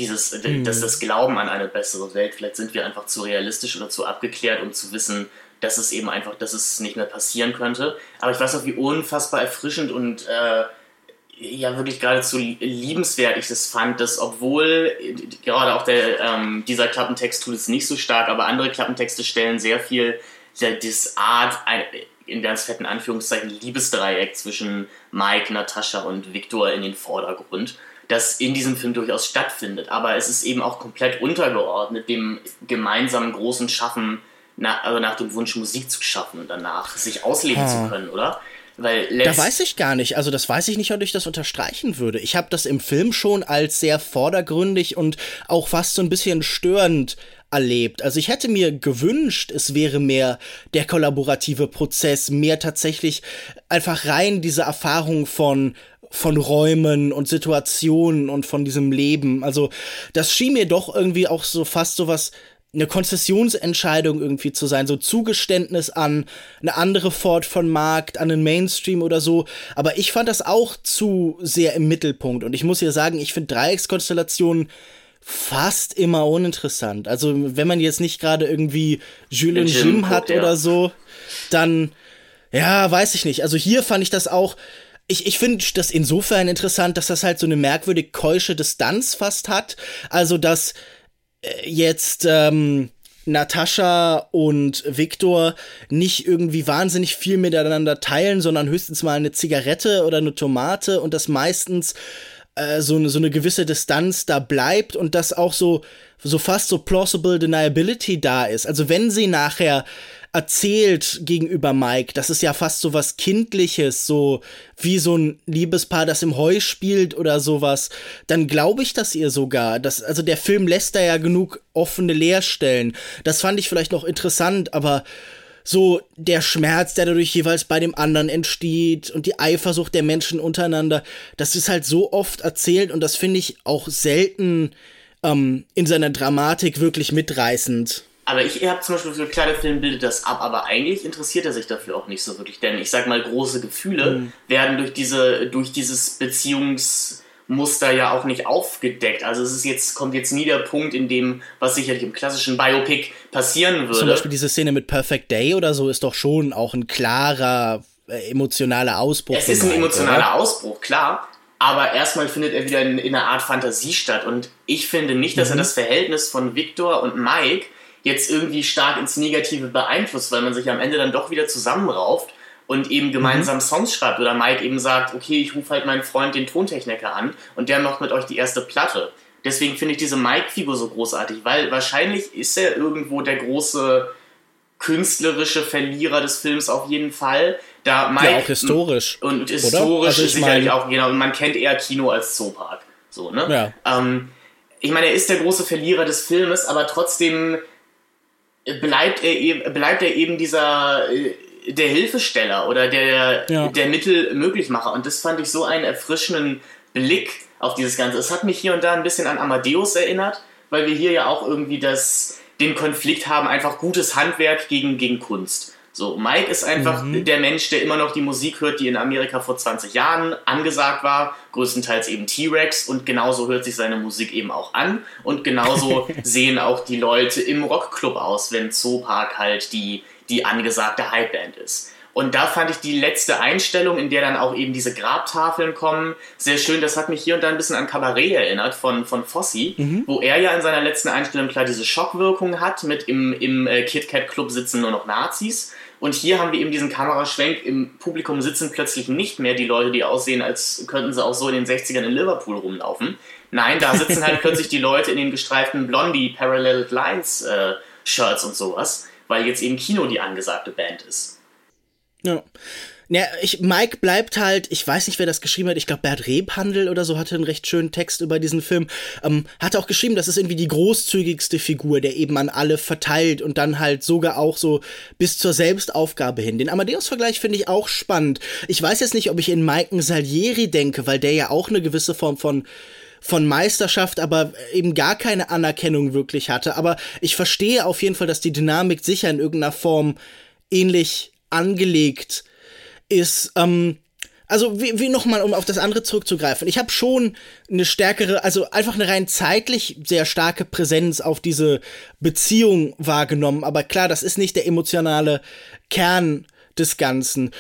Das Glauben an eine bessere Welt, vielleicht sind wir einfach zu realistisch oder zu abgeklärt, um zu wissen, dass es eben einfach, dass es nicht mehr passieren könnte. Aber ich weiß auch, wie unfassbar erfrischend und ja wirklich geradezu liebenswert ich das fand, dass obwohl gerade auch dieser Klappentext tut es nicht so stark, aber andere Klappentexte stellen sehr viel das Art, in ganz fetten Anführungszeichen, Liebesdreieck zwischen Mike, Natascha und Victor in den Vordergrund, das in diesem Film durchaus stattfindet. Aber es ist eben auch komplett untergeordnet dem gemeinsamen großen Schaffen, nach dem Wunsch, Musik zu schaffen und danach sich ausleben zu können, oder? Da weiß ich gar nicht. Also das weiß ich nicht, ob ich das unterstreichen würde. Ich habe das im Film schon als sehr vordergründig und auch fast so ein bisschen störend erlebt. Also ich hätte mir gewünscht, es wäre mehr der kollaborative Prozess, mehr tatsächlich einfach rein diese Erfahrung von Räumen und Situationen und von diesem Leben. Also das schien mir doch irgendwie auch so fast sowas, eine Konzessionsentscheidung irgendwie zu sein, so Zugeständnis an eine andere Form von Markt, an den Mainstream oder so. Aber ich fand das auch zu sehr im Mittelpunkt. Und ich muss ja sagen, ich finde Dreieckskonstellationen fast immer uninteressant. Also wenn man jetzt nicht gerade irgendwie Jules und Jim hat oder so, dann, ja, weiß ich nicht. Also hier fand ich das auch, ich finde das insofern interessant, dass das halt so eine merkwürdig keusche Distanz fast hat. Also dass jetzt Natascha und Viktor nicht irgendwie wahnsinnig viel miteinander teilen, sondern höchstens mal eine Zigarette oder eine Tomate und das meistens so eine gewisse Distanz da bleibt und dass auch so fast so plausible deniability da ist. Also wenn sie nachher erzählt gegenüber Mike, das ist ja fast so was Kindliches, so wie so ein Liebespaar, das im Heu spielt oder sowas, dann glaube ich das ihr sogar. Also der Film lässt da ja genug offene Leerstellen. Das fand ich vielleicht noch interessant, aber so der Schmerz, der dadurch jeweils bei dem anderen entsteht und die Eifersucht der Menschen untereinander, das ist halt so oft erzählt und das finde ich auch selten in seiner Dramatik wirklich mitreißend. Aber ich habe zum Beispiel, klar, der Film bildet das ab, aber eigentlich interessiert er sich dafür auch nicht so wirklich, denn ich sag mal, große Gefühle werden durch dieses Beziehungsmuster ja auch nicht aufgedeckt. Also kommt jetzt nie der Punkt, in dem, was sicherlich im klassischen Biopic passieren würde. Zum Beispiel diese Szene mit Perfect Day oder so ist doch schon auch ein klarer emotionaler Ausbruch. Es ist ein emotionaler Ausbruch, klar. Aber erstmal findet er wieder in einer Art Fantasie statt. Und ich finde nicht, dass er das Verhältnis von Viktor und Mike jetzt irgendwie stark ins Negative beeinflusst, weil man sich am Ende dann doch wieder zusammenrauft und eben gemeinsam Songs schreibt. Oder Mike eben sagt, okay, ich rufe halt meinen Freund, den Tontechniker, an und der macht mit euch die erste Platte. Deswegen finde ich diese Mike-Figur so großartig, weil wahrscheinlich ist er irgendwo der große künstlerische Verlierer des Films auf jeden Fall. Da Mike, ja, auch historisch. Und historisch also sicherlich auch, genau. Und man kennt eher Kino als Zoopark. So, ne? Ja. Ich meine, er ist der große Verlierer des Filmes, aber trotzdem bleibt er eben der Hilfesteller oder der Mittelmöglichmacher. Und das fand ich so einen erfrischenden Blick auf dieses Ganze. Es hat mich hier und da ein bisschen an Amadeus erinnert, weil wir hier ja auch irgendwie den Konflikt haben, einfach gutes Handwerk gegen Kunst. So, Mike ist einfach der Mensch, der immer noch die Musik hört, die in Amerika vor 20 Jahren angesagt war, größtenteils eben T-Rex, und genauso hört sich seine Musik eben auch an und genauso sehen auch die Leute im Rockclub aus, wenn Zoopark halt die angesagte Hypeband ist. Und da fand ich die letzte Einstellung, in der dann auch eben diese Grabtafeln kommen, sehr schön. Das hat mich hier und da ein bisschen an Kabarett erinnert von Fosse, wo er ja in seiner letzten Einstellung klar diese Schockwirkung hat, mit im KitKat Club sitzen nur noch Nazis. Und hier haben wir eben diesen Kameraschwenk, im Publikum sitzen plötzlich nicht mehr die Leute, die aussehen, als könnten sie auch so in den 60ern in Liverpool rumlaufen. Nein, da sitzen halt plötzlich die Leute in den gestreiften Blondie Parallel Lines Shirts und sowas, weil jetzt eben Kino die angesagte Band ist. Ja. Ja, Mike bleibt halt, ich weiß nicht, wer das geschrieben hat, ich glaube Bert Rebhandel oder so hatte einen recht schönen Text über diesen Film, hat auch geschrieben, das ist irgendwie die großzügigste Figur, der eben an alle verteilt und dann halt sogar auch so bis zur Selbstaufgabe hin. Den Amadeus-Vergleich finde ich auch spannend. Ich weiß jetzt nicht, ob ich in Mike Salieri denke, weil der ja auch eine gewisse Form von Meisterschaft, aber eben gar keine Anerkennung wirklich hatte. Aber ich verstehe auf jeden Fall, dass die Dynamik sicher in irgendeiner Form ähnlich angelegt ist, also wie nochmal, um auf das andere zurückzugreifen. Ich habe schon eine stärkere, also einfach eine rein zeitlich sehr starke Präsenz auf diese Beziehung wahrgenommen. Aber klar, das ist nicht der emotionale Kern des Ganzen.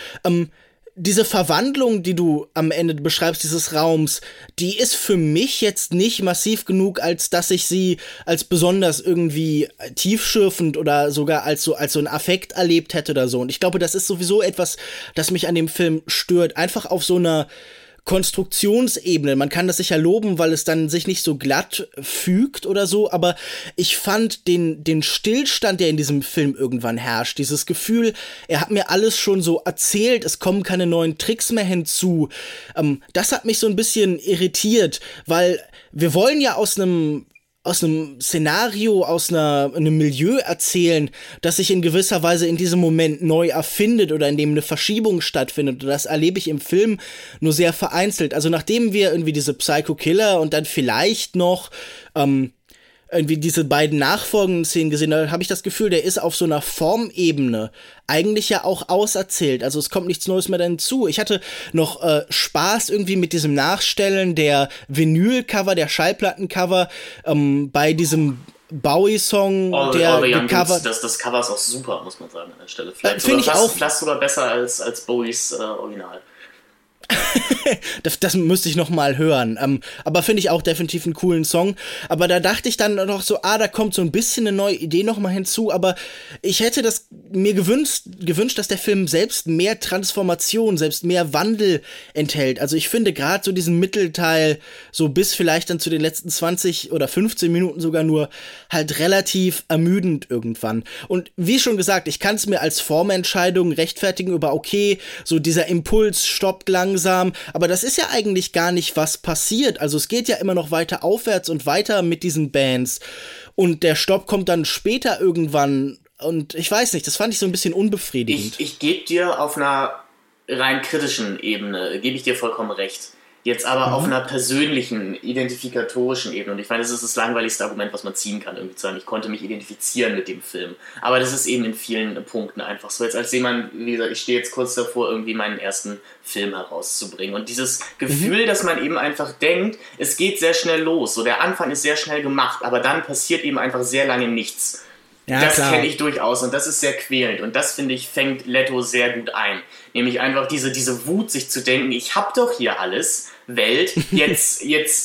Diese Verwandlung, die du am Ende beschreibst, dieses Raums, die ist für mich jetzt nicht massiv genug, als dass ich sie als besonders irgendwie tiefschürfend oder sogar als so ein Affekt erlebt hätte oder so. Und ich glaube, das ist sowieso etwas, das mich an dem Film stört. Einfach auf so einer Konstruktionsebene. Man kann das sicher loben, weil es dann sich nicht so glatt fügt oder so, aber ich fand den Stillstand, der in diesem Film irgendwann herrscht, dieses Gefühl, er hat mir alles schon so erzählt, es kommen keine neuen Tricks mehr hinzu, das hat mich so ein bisschen irritiert, weil wir wollen ja aus einem Szenario, aus einem Milieu erzählen, das sich in gewisser Weise in diesem Moment neu erfindet oder in dem eine Verschiebung stattfindet. Und das erlebe ich im Film nur sehr vereinzelt. Also nachdem wir irgendwie diese Psycho-Killer und dann vielleicht noch irgendwie diese beiden nachfolgenden Szenen gesehen habe, habe ich das Gefühl, der ist auf so einer Formebene eigentlich ja auch auserzählt. Also es kommt nichts Neues mehr hinzu. Ich hatte noch Spaß irgendwie mit diesem Nachstellen der Vinyl-Cover, der Schallplattencover bei diesem Bowie-Song, der gecovert... Das Cover ist auch super, muss man sagen, an der Stelle. Vielleicht sogar besser als Bowies Original. Das müsste ich noch mal hören. Aber finde ich auch definitiv einen coolen Song. Aber da dachte ich dann noch so, da kommt so ein bisschen eine neue Idee noch mal hinzu. Aber ich hätte mir gewünscht, dass der Film selbst mehr Transformation, selbst mehr Wandel enthält. Also ich finde gerade so diesen Mittelteil, so bis vielleicht dann zu den letzten 20 oder 15 Minuten sogar nur, halt relativ ermüdend irgendwann. Und wie schon gesagt, ich kann es mir als Formentscheidung rechtfertigen über, okay, so dieser Impuls stoppt langsam, aber das ist ja eigentlich gar nicht, was passiert. Also es geht ja immer noch weiter aufwärts und weiter mit diesen Bands und der Stopp kommt dann später irgendwann und ich weiß nicht, das fand ich so ein bisschen unbefriedigend. Ich gebe dir auf einer rein kritischen Ebene, gebe ich dir vollkommen recht. Jetzt aber auf einer persönlichen, identifikatorischen Ebene. Und ich meine, das ist das langweiligste Argument, was man ziehen kann, irgendwie zu sagen, ich konnte mich identifizieren mit dem Film. Aber das ist eben in vielen Punkten einfach so. Jetzt als jemand, wie gesagt, ich stehe jetzt kurz davor, irgendwie meinen ersten Film herauszubringen. Und dieses Gefühl, dass man eben einfach denkt, es geht sehr schnell los. So, der Anfang ist sehr schnell gemacht, aber dann passiert eben einfach sehr lange nichts. Ja, das kenne ich durchaus und das ist sehr quälend und das, finde ich, fängt Leto sehr gut ein. Nämlich einfach diese Wut, sich zu denken, ich hab doch hier alles, Welt, jetzt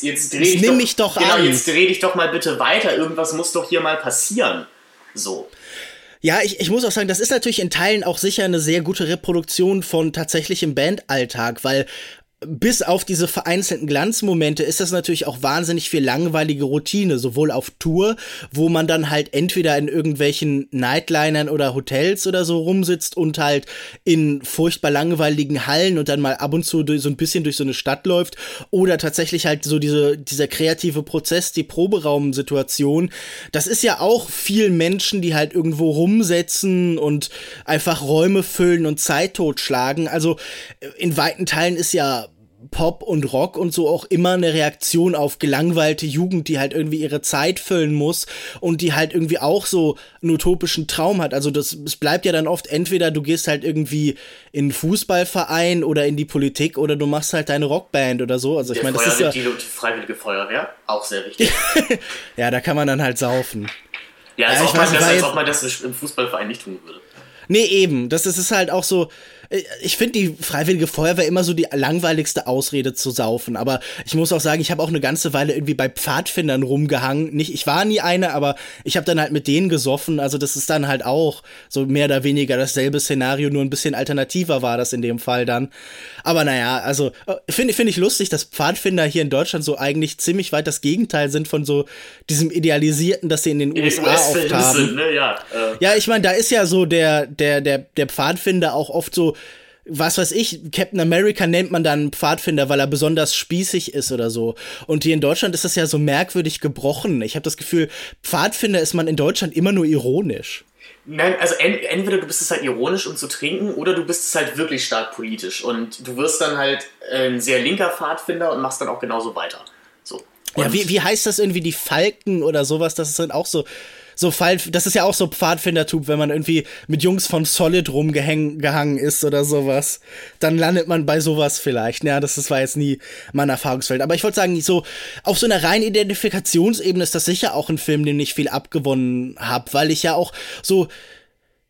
dreh dich doch mal bitte weiter, irgendwas muss doch hier mal passieren. So. Ja, ich muss auch sagen, das ist natürlich in Teilen auch sicher eine sehr gute Reproduktion von tatsächlichem Bandalltag, weil bis auf diese vereinzelten Glanzmomente ist das natürlich auch wahnsinnig viel langweilige Routine, sowohl auf Tour, wo man dann halt entweder in irgendwelchen Nightlinern oder Hotels oder so rumsitzt und halt in furchtbar langweiligen Hallen und dann mal ab und zu so ein bisschen durch so eine Stadt läuft oder tatsächlich halt so dieser kreative Prozess, die Proberaumsituation. Das ist ja auch vielen Menschen, die halt irgendwo rumsetzen und einfach Räume füllen und Zeit totschlagen. Also in weiten Teilen ist ja Pop und Rock und so auch immer eine Reaktion auf gelangweilte Jugend, die halt irgendwie ihre Zeit füllen muss und die halt irgendwie auch so einen utopischen Traum hat. Also es bleibt ja dann oft entweder du gehst halt irgendwie in einen Fußballverein oder in die Politik oder du machst halt deine Rockband oder so. Also ich meine, das ist ja die Freiwillige Feuerwehr, auch sehr wichtig. Ja, da kann man dann halt saufen. Ja, als ob man das im Fußballverein nicht tun würde. Nee, eben. Das ist halt auch so. Ich finde die Freiwillige Feuerwehr immer so die langweiligste Ausrede zu saufen, aber ich muss auch sagen, ich habe auch eine ganze Weile irgendwie bei Pfadfindern rumgehangen. Ich war nie eine, aber ich habe dann halt mit denen gesoffen, also das ist dann halt auch so mehr oder weniger dasselbe Szenario, nur ein bisschen alternativer war das in dem Fall dann. Aber naja, also finde ich lustig, dass Pfadfinder hier in Deutschland so eigentlich ziemlich weit das Gegenteil sind von so diesem Idealisierten, das sie in den USA oft haben. Sind, ne? Ja, ich meine, da ist ja so der Pfadfinder auch oft so, was weiß ich, Captain America nennt man dann Pfadfinder, weil er besonders spießig ist oder so. Und hier in Deutschland ist das ja so merkwürdig gebrochen. Ich habe das Gefühl, Pfadfinder ist man in Deutschland immer nur ironisch. Nein, also entweder du bist es halt ironisch, um zu trinken, oder du bist es halt wirklich stark politisch. Und du wirst dann halt ein sehr linker Pfadfinder und machst dann auch genauso weiter. So. Ja, wie heißt das irgendwie, die Falken oder sowas? Das ist dann auch so das ist ja auch so Pfadfindertum, wenn man irgendwie mit Jungs von Solid rumgehangen ist oder sowas, dann landet man bei sowas vielleicht. Ja, das war jetzt nie mein Erfahrungsfeld. Aber ich wollte sagen, so auf so einer reinen Identifikationsebene ist das sicher auch ein Film, den ich viel abgewonnen habe, weil ich ja auch so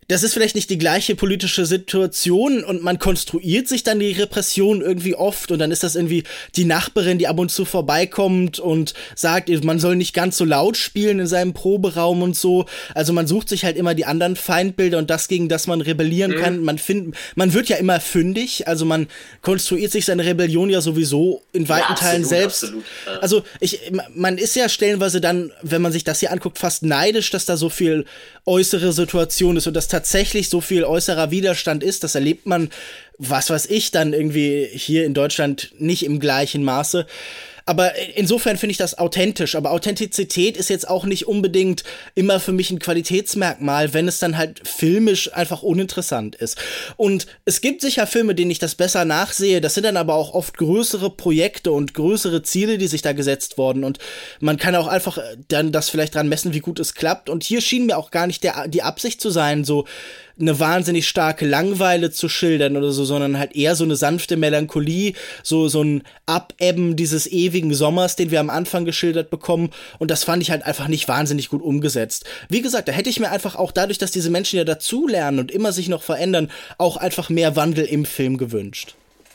das ist vielleicht nicht die gleiche politische Situation und man konstruiert sich dann die Repression irgendwie oft und dann ist das irgendwie die Nachbarin, die ab und zu vorbeikommt und sagt, man soll nicht ganz so laut spielen in seinem Proberaum und so. Also man sucht sich halt immer die anderen Feindbilder und das, gegen das man rebellieren kann. Man wird ja immer fündig, also man konstruiert sich seine Rebellion ja sowieso in weiten Teilen selbst. Absolut. Also man ist ja stellenweise dann, wenn man sich das hier anguckt, fast neidisch, dass da so viel äußere Situation ist und dass tatsächlich so viel äußerer Widerstand ist. Das erlebt man, was weiß ich, dann irgendwie hier in Deutschland nicht im gleichen Maße. Aber insofern finde ich das authentisch. Aber Authentizität ist jetzt auch nicht unbedingt immer für mich ein Qualitätsmerkmal, wenn es dann halt filmisch einfach uninteressant ist. Und es gibt sicher Filme, denen ich das besser nachsehe. Das sind dann aber auch oft größere Projekte und größere Ziele, die sich da gesetzt wurden. Und man kann auch einfach dann das vielleicht dran messen, wie gut es klappt. Und hier schien mir auch gar nicht die Absicht zu sein, so eine wahnsinnig starke Langeweile zu schildern oder so, sondern halt eher so eine sanfte Melancholie, so ein Abebben dieses ewigen Sommers, den wir am Anfang geschildert bekommen. Und das fand ich halt einfach nicht wahnsinnig gut umgesetzt. Wie gesagt, da hätte ich mir einfach auch dadurch, dass diese Menschen ja dazulernen und immer sich noch verändern, auch einfach mehr Wandel im Film gewünscht.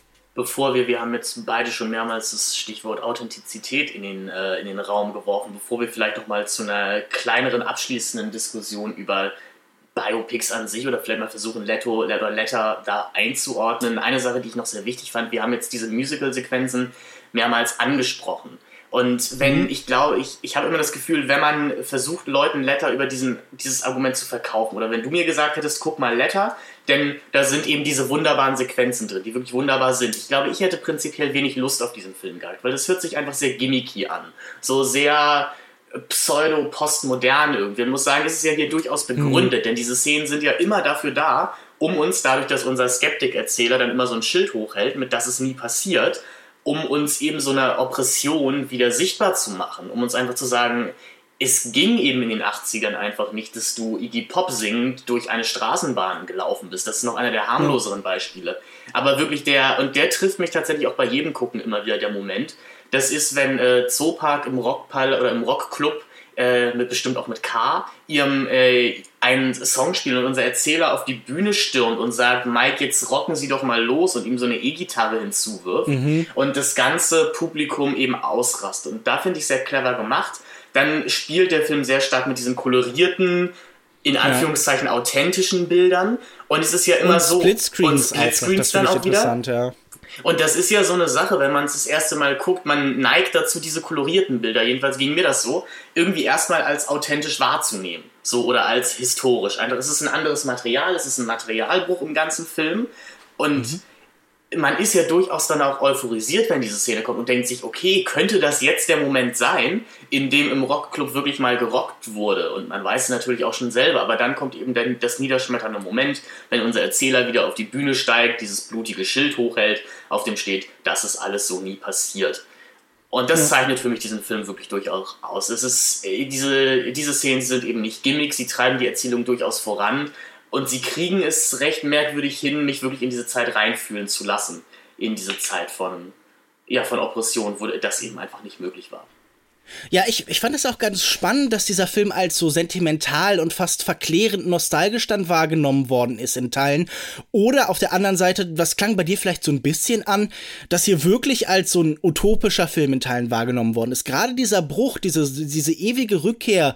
Wir haben jetzt beide schon mehrmals das Stichwort Authentizität in den Raum geworfen, bevor wir vielleicht noch mal zu einer kleineren abschließenden Diskussion über Biopics an sich oder vielleicht mal versuchen, Letter da einzuordnen. Eine Sache, die ich noch sehr wichtig fand, wir haben jetzt diese Musical-Sequenzen mehrmals angesprochen. Und ich habe immer das Gefühl, wenn man versucht, Leuten Letter über dieses Argument zu verkaufen, oder wenn du mir gesagt hättest, guck mal Letter, denn da sind eben diese wunderbaren Sequenzen drin, die wirklich wunderbar sind. Ich glaube, ich hätte prinzipiell wenig Lust auf diesen Film gehabt, weil das hört sich einfach sehr gimmicky an. So sehr pseudo-postmodern irgendwie. Man muss sagen, es ist ja hier durchaus begründet, denn diese Szenen sind ja immer dafür da, um uns, dadurch, dass unser Skeptik-Erzähler dann immer so ein Schild hochhält, mit das es nie passiert, um uns eben so eine Oppression wieder sichtbar zu machen, um uns einfach zu sagen, es ging eben in den 80ern einfach nicht, dass du Iggy Pop singend durch eine Straßenbahn gelaufen bist. Das ist noch einer der harmloseren Beispiele. Aber wirklich der trifft mich tatsächlich auch bei jedem Gucken immer wieder, der Moment. Das ist, wenn Zoopark im Rockpal oder im Rockclub, bestimmt auch mit K, einen Song spielen und unser Erzähler auf die Bühne stürmt und sagt, Mike, jetzt rocken Sie doch mal los und ihm so eine E-Gitarre hinzuwirft und das ganze Publikum eben ausrastet. Und da finde ich sehr clever gemacht. Dann spielt der Film sehr stark mit diesen kolorierten, in Anführungszeichen authentischen Bildern. Und es ist ja immer so. Splitscreens dann auch wieder. Ja. Und das ist ja so eine Sache, wenn man es das erste Mal guckt, man neigt dazu, diese kolorierten Bilder, jedenfalls ging mir das so, irgendwie erstmal als authentisch wahrzunehmen. So, oder als historisch. Es ist ein anderes Material, es ist ein Materialbruch im ganzen Film. Und man ist ja durchaus dann auch euphorisiert, wenn diese Szene kommt und denkt sich, okay, könnte das jetzt der Moment sein, in dem im Rockclub wirklich mal gerockt wurde? Und man weiß es natürlich auch schon selber, aber dann kommt eben das niederschmetternde Moment, wenn unser Erzähler wieder auf die Bühne steigt, dieses blutige Schild hochhält, auf dem steht, das ist alles so nie passiert. Und das zeichnet für mich diesen Film wirklich durchaus aus. Es ist, diese Szenen sind eben nicht Gimmicks, sie treiben die Erzählung durchaus voran. Und sie kriegen es recht merkwürdig hin, mich wirklich in diese Zeit reinfühlen zu lassen. In diese Zeit von Oppression, wo das eben einfach nicht möglich war. Ja, ich fand es auch ganz spannend, dass dieser Film als so sentimental und fast verklärend nostalgisch dann wahrgenommen worden ist in Teilen. Oder auf der anderen Seite, was klang bei dir vielleicht so ein bisschen an, dass hier wirklich als so ein utopischer Film in Teilen wahrgenommen worden ist. Gerade dieser Bruch, diese ewige Rückkehr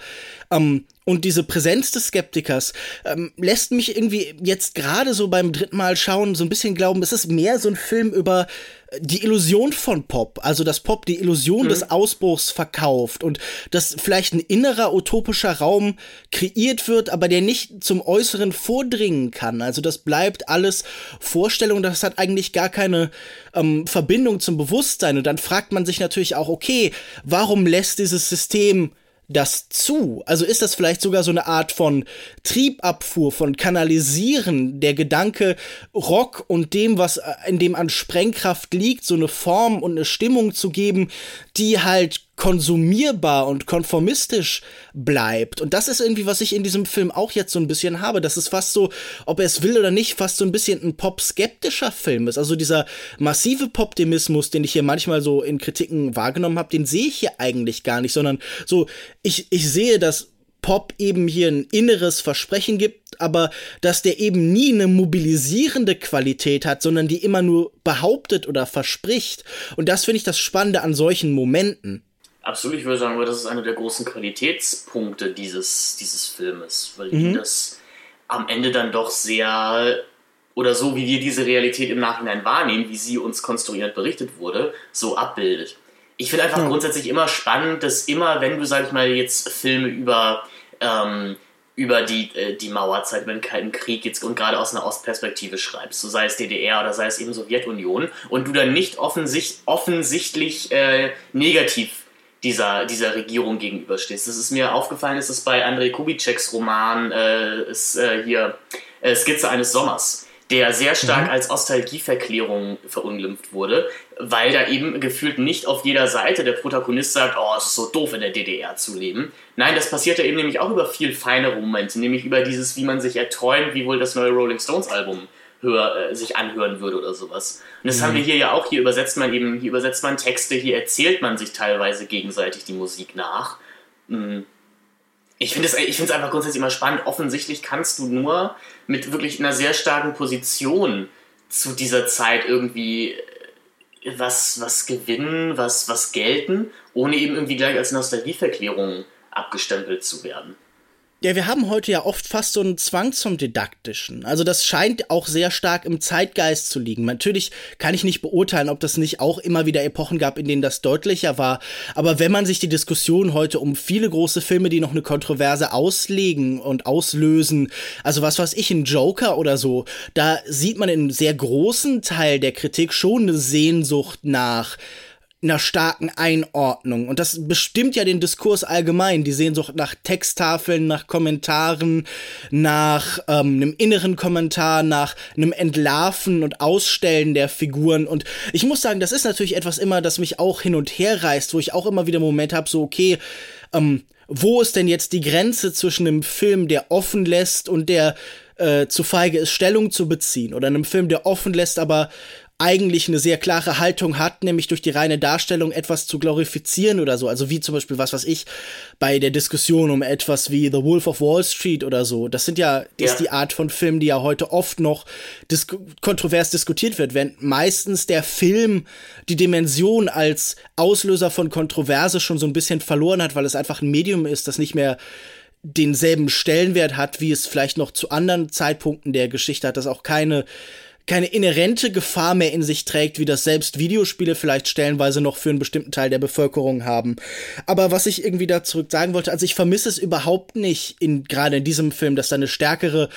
und diese Präsenz des Skeptikers lässt mich irgendwie jetzt gerade so beim dritten Mal schauen so ein bisschen glauben, es ist mehr so ein Film über die Illusion von Pop, also dass Pop die Illusion des Ausbruchs verkauft und dass vielleicht ein innerer utopischer Raum kreiert wird, aber der nicht zum Äußeren vordringen kann. Also das bleibt alles Vorstellung, das hat eigentlich gar keine Verbindung zum Bewusstsein. Und dann fragt man sich natürlich auch, okay, warum lässt dieses System das zu? Also ist das vielleicht sogar so eine Art von Triebabfuhr, von Kanalisieren, der Gedanke Rock und dem, was in dem an Sprengkraft liegt, so eine Form und eine Stimmung zu geben, die halt konsumierbar und konformistisch bleibt. Und das ist irgendwie, was ich in diesem Film auch jetzt so ein bisschen habe. Das ist fast so, ob er es will oder nicht, fast so ein bisschen ein pop-skeptischer Film ist. Also dieser massive Poptimismus, den ich hier manchmal so in Kritiken wahrgenommen habe, den sehe ich hier eigentlich gar nicht, sondern so, ich sehe das Pop eben hier ein inneres Versprechen gibt, aber dass der eben nie eine mobilisierende Qualität hat, sondern die immer nur behauptet oder verspricht. Und das finde ich das Spannende an solchen Momenten. Absolut, ich würde sagen, das ist einer der großen Qualitätspunkte dieses Filmes, weil die das am Ende dann doch sehr, oder so wie wir diese Realität im Nachhinein wahrnehmen, wie sie uns konstruiert berichtet wurde, so abbildet. Ich finde einfach grundsätzlich immer spannend, dass immer, wenn du, sag ich mal, jetzt Filme über die Mauerzeit, über den Kalten Krieg jetzt und gerade aus einer Ostperspektive schreibst, so sei es DDR oder sei es eben Sowjetunion, und du dann nicht offensichtlich negativ dieser Regierung gegenüberstehst. Das ist mir aufgefallen, ist es bei Andrei Kubitscheks Roman Skizze eines Sommers, der sehr stark als Nostalgieverklärung verunglimpft wurde, weil da eben gefühlt nicht auf jeder Seite der Protagonist sagt, oh, es ist so doof in der DDR zu leben. Nein, das passiert ja eben nämlich auch über viel feinere Momente, nämlich über dieses, wie man sich erträumt, wie wohl das neue Rolling Stones Album sich anhören würde oder sowas. Und das haben wir hier ja auch, hier übersetzt man Texte, hier erzählt man sich teilweise gegenseitig die Musik nach. Ich finde es einfach grundsätzlich immer spannend. Offensichtlich kannst du nur mit wirklich einer sehr starken Position zu dieser Zeit irgendwie was gewinnen, was gelten, ohne eben irgendwie gleich als Nostalgieverklärung abgestempelt zu werden. Ja, wir haben heute ja oft fast so einen Zwang zum Didaktischen. Also das scheint auch sehr stark im Zeitgeist zu liegen. Natürlich kann ich nicht beurteilen, ob das nicht auch immer wieder Epochen gab, in denen das deutlicher war. Aber wenn man sich die Diskussion heute um viele große Filme, die noch eine Kontroverse auslegen und auslösen, also was weiß ich, ein Joker oder so, da sieht man in einem sehr großen Teil der Kritik schon eine Sehnsucht nach einer starken Einordnung. Und das bestimmt ja den Diskurs allgemein. Die Sehnsucht nach Texttafeln, nach Kommentaren, nach einem inneren Kommentar, nach einem Entlarven und Ausstellen der Figuren. Und ich muss sagen, das ist natürlich etwas immer, das mich auch hin und her reißt, wo ich auch immer wieder Momente habe, so okay, wo ist denn jetzt die Grenze zwischen einem Film, der offen lässt und der zu feige ist, Stellung zu beziehen, oder einem Film, der offen lässt, aber eigentlich eine sehr klare Haltung hat, nämlich durch die reine Darstellung etwas zu glorifizieren oder so. Also wie zum Beispiel, was weiß ich, bei der Diskussion um etwas wie The Wolf of Wall Street oder so. Das ist die Art von Film, die ja heute oft noch kontrovers diskutiert wird, während meistens der Film die Dimension als Auslöser von Kontroverse schon so ein bisschen verloren hat, weil es einfach ein Medium ist, das nicht mehr denselben Stellenwert hat, wie es vielleicht noch zu anderen Zeitpunkten der Geschichte hat, das auch keine inhärente Gefahr mehr in sich trägt, wie das selbst Videospiele vielleicht stellenweise noch für einen bestimmten Teil der Bevölkerung haben. Aber was ich irgendwie da zurück sagen wollte, also ich vermisse es überhaupt nicht, gerade in diesem Film, dass da eine stärkere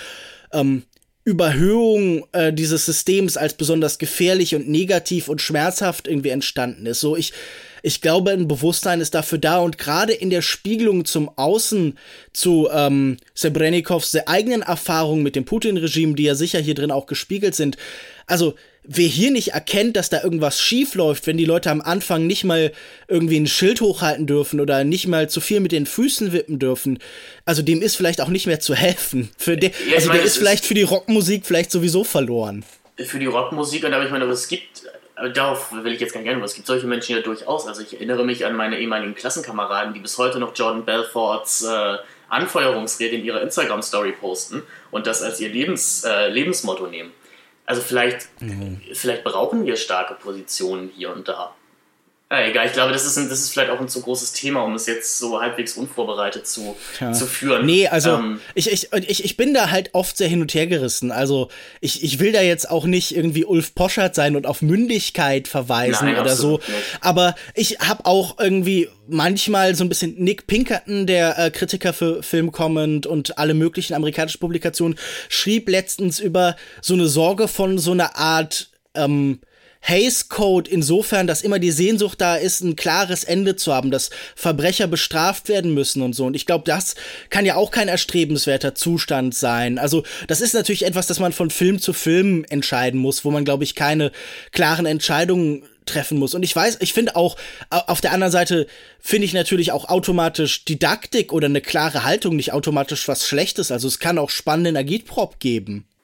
Überhöhung dieses Systems als besonders gefährlich und negativ und schmerzhaft irgendwie entstanden ist. So, ich glaube, ein Bewusstsein ist dafür da, und gerade in der Spiegelung zum Außen zu Srebrenikows eigenen Erfahrungen mit dem Putin-Regime, die ja sicher hier drin auch gespiegelt sind. Also, wer hier nicht erkennt, dass da irgendwas schief läuft, wenn die Leute am Anfang nicht mal irgendwie ein Schild hochhalten dürfen oder nicht mal zu viel mit den Füßen wippen dürfen, also dem ist vielleicht auch nicht mehr zu helfen. Der ist vielleicht für die Rockmusik vielleicht sowieso verloren. Für die Rockmusik, und aber ich meine, aber es gibt, darauf will ich jetzt gar nicht eingehen, aber es gibt solche Menschen ja durchaus. Also ich erinnere mich an meine ehemaligen Klassenkameraden, die bis heute noch Jordan Belforts Anfeuerungsrede in ihrer Instagram-Story posten und das als ihr Lebensmotto nehmen. Also vielleicht brauchen wir starke Positionen hier und da. Egal, ich glaube, das ist vielleicht auch ein zu großes Thema, um es jetzt so halbwegs unvorbereitet zu führen. Nee, also ich bin da halt oft sehr hin und her gerissen. Also ich will da jetzt auch nicht irgendwie Ulf Poschardt sein und auf Mündigkeit verweisen. Nein, oder so. Nicht. Aber ich habe auch irgendwie manchmal so ein bisschen Nick Pinkerton, der Kritiker für Film Comment und alle möglichen amerikanischen Publikationen, schrieb letztens über so eine Sorge von so einer Art Hays Code insofern, dass immer die Sehnsucht da ist, ein klares Ende zu haben, dass Verbrecher bestraft werden müssen und so. Und ich glaube, das kann ja auch kein erstrebenswerter Zustand sein. Also das ist natürlich etwas, das man von Film zu Film entscheiden muss, wo man, glaube ich, keine klaren Entscheidungen treffen muss. Und ich finde auch, auf der anderen Seite finde ich natürlich auch automatisch Didaktik oder eine klare Haltung nicht automatisch was Schlechtes. Also es kann auch spannenden Agitprop geben.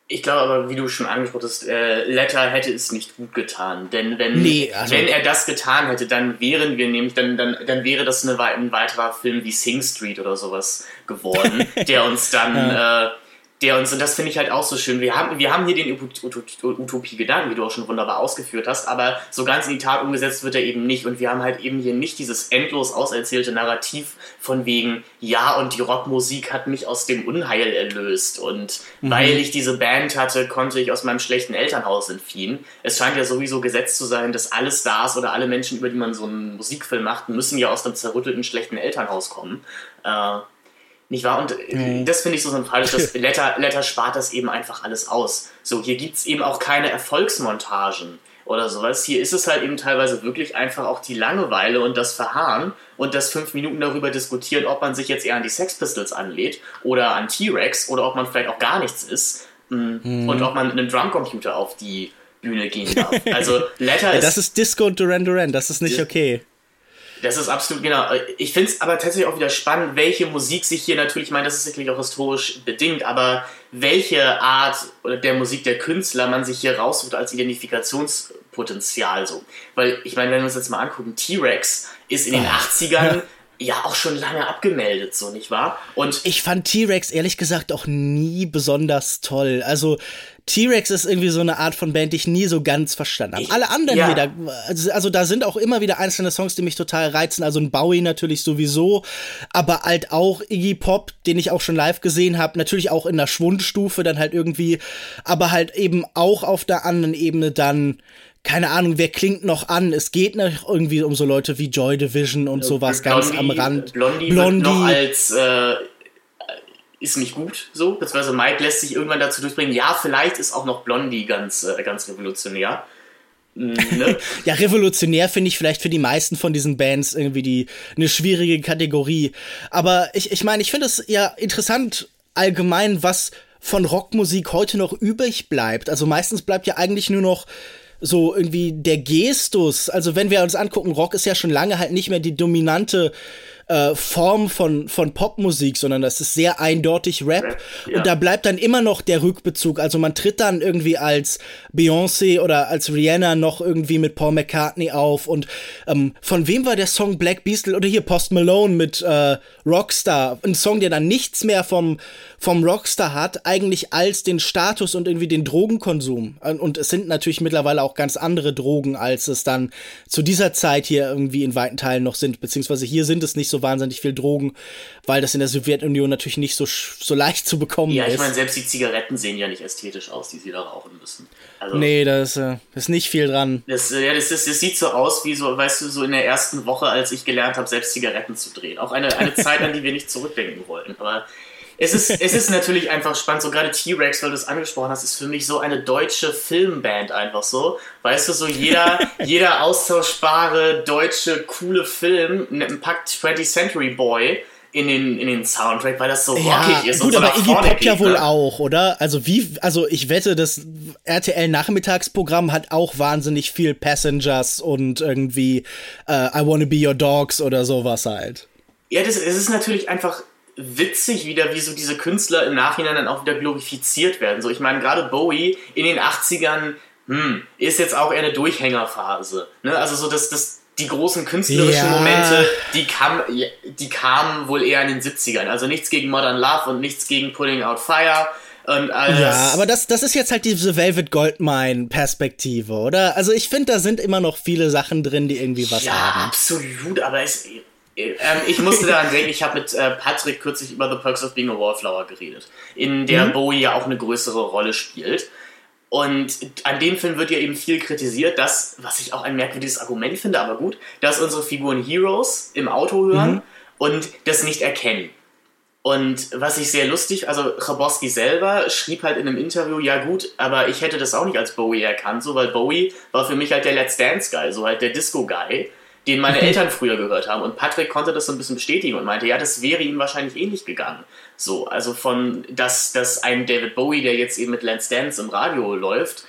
Ich glaube aber, wie du schon angesprochen hast, Letter hätte es nicht gut getan. Denn wenn er das getan hätte, dann wären wir nämlich, dann wäre das ein weiterer Film wie Sing Street oder sowas geworden, der uns dann, und das finde ich halt auch so schön, wir haben hier den Utopie-Gedanken, wie du auch schon wunderbar ausgeführt hast, aber so ganz in die Tat umgesetzt wird er eben nicht und wir haben halt eben hier nicht dieses endlos auserzählte Narrativ von wegen, ja, und die Rockmusik hat mich aus dem Unheil erlöst und weil ich diese Band hatte, konnte ich aus meinem schlechten Elternhaus entfliehen. Es scheint ja sowieso gesetzt zu sein, dass alle Stars oder alle Menschen, über die man so einen Musikfilm macht, müssen ja aus einem zerrüttelten, schlechten Elternhaus kommen. Nicht wahr? Und das finde ich so sympathisch, dass Letter spart das eben einfach alles aus. So, hier gibt es eben auch keine Erfolgsmontagen oder sowas. Hier ist es halt eben teilweise wirklich einfach auch die Langeweile und das Verharren und das 5 Minuten darüber diskutieren, ob man sich jetzt eher an die Sex Pistols anlädt oder an T-Rex oder ob man vielleicht auch gar nichts ist und ob man mit einem Drumcomputer auf die Bühne gehen darf. Also Letter das ist Disco und Duran Duran, das ist nicht okay. Das ist absolut, genau. Ich finde es aber tatsächlich auch wieder spannend, welche Musik sich hier natürlich, ich meine, das ist sicherlich auch historisch bedingt, aber welche Art der Musik der Künstler man sich hier raussucht als Identifikationspotenzial so. Weil, ich meine, wenn wir uns jetzt mal angucken, T-Rex ist in den 80ern ja auch schon lange abgemeldet, so, nicht wahr? Und ich fand T-Rex ehrlich gesagt auch nie besonders toll. Also T-Rex ist irgendwie so eine Art von Band, die ich nie so ganz verstanden habe. Alle anderen wieder, also da sind auch immer wieder einzelne Songs, die mich total reizen. Also ein Bowie natürlich sowieso, aber halt auch Iggy Pop, den ich auch schon live gesehen habe. Natürlich auch in der Schwundstufe dann halt irgendwie, aber halt eben auch auf der anderen Ebene dann, keine Ahnung, wer klingt noch an? Es geht noch irgendwie um so Leute wie Joy Division und sowas ganz am Rand. Blondie. Wird noch als ist nicht gut, so, beziehungsweise Mike lässt sich irgendwann dazu durchbringen, ja, vielleicht ist auch noch Blondie ganz revolutionär. Ne? Ja, revolutionär finde ich vielleicht für die meisten von diesen Bands irgendwie eine schwierige Kategorie. Aber ich meine, ich finde es ja interessant allgemein, was von Rockmusik heute noch übrig bleibt. Also meistens bleibt ja eigentlich nur noch so irgendwie der Gestus. Also wenn wir uns angucken, Rock ist ja schon lange halt nicht mehr die dominante Form von Popmusik, sondern das ist sehr eindeutig Rap. Ja. Und da bleibt dann immer noch der Rückbezug. Also man tritt dann irgendwie als Beyoncé oder als Rihanna noch irgendwie mit Paul McCartney auf. Und von wem war der Song Black Beastle oder hier Post Malone mit Rockstar? Ein Song, der dann nichts mehr vom Rockstar hat, eigentlich als den Status und irgendwie den Drogenkonsum. Und es sind natürlich mittlerweile auch ganz andere Drogen, als es dann zu dieser Zeit hier irgendwie in weiten Teilen noch sind. Beziehungsweise hier sind es nicht so wahnsinnig viel Drogen, weil das in der Sowjetunion natürlich nicht so leicht zu bekommen ist. Ja, ich meine, selbst die Zigaretten sehen ja nicht ästhetisch aus, die sie da rauchen müssen. Also, nee, da ist nicht viel dran. Das sieht so aus wie so, weißt du, so in der ersten Woche, als ich gelernt habe, selbst Zigaretten zu drehen. Auch eine Zeit, an die wir nicht zurückdenken wollen. Aber es ist natürlich einfach spannend, so gerade T-Rex, weil du es angesprochen hast, ist für mich so eine deutsche Filmband einfach so. Weißt du, so jeder austauschbare deutsche coole Film packt 20th Century Boy in den Soundtrack, weil das so rockig ist. Gut, und so aber Iggy Pop ja wohl auch, oder? Also ich wette, das RTL-Nachmittagsprogramm hat auch wahnsinnig viel Passengers und irgendwie I Wanna Be Your Dogs oder sowas halt. Ja, es ist natürlich einfach witzig wieder, wie so diese Künstler im Nachhinein dann auch wieder glorifiziert werden. So, ich meine, gerade Bowie in den 80ern ist jetzt auch eher eine Durchhängerphase. Ne? Also so, die großen künstlerischen Momente, die kamen wohl eher in den 70ern. Also nichts gegen Modern Love und nichts gegen Putting Out Fire. Und alles. Ja, aber das ist jetzt halt diese Velvet Goldmine-Perspektive, oder? Also ich finde, da sind immer noch viele Sachen drin, die irgendwie was haben. Ja, absolut, aber ich musste daran denken, ich habe mit Patrick kürzlich über The Perks of Being a Wallflower geredet, in der Bowie ja auch eine größere Rolle spielt. Und an dem Film wird ja eben viel kritisiert, dass, was ich auch ein merkwürdiges Argument finde, aber gut, dass unsere Figuren Heroes im Auto hören und das nicht erkennen. Und was ich sehr lustig, also Chabosky selber schrieb halt in einem Interview, ja gut, aber ich hätte das auch nicht als Bowie erkannt, so, weil Bowie war für mich halt der Let's Dance Guy, so halt der Disco Guy, den meine Eltern früher gehört haben. Und Patrick konnte das so ein bisschen bestätigen und meinte, ja, das wäre ihm wahrscheinlich ähnlich gegangen. So, also dass ein David Bowie, der jetzt eben mit Let's Dance im Radio läuft,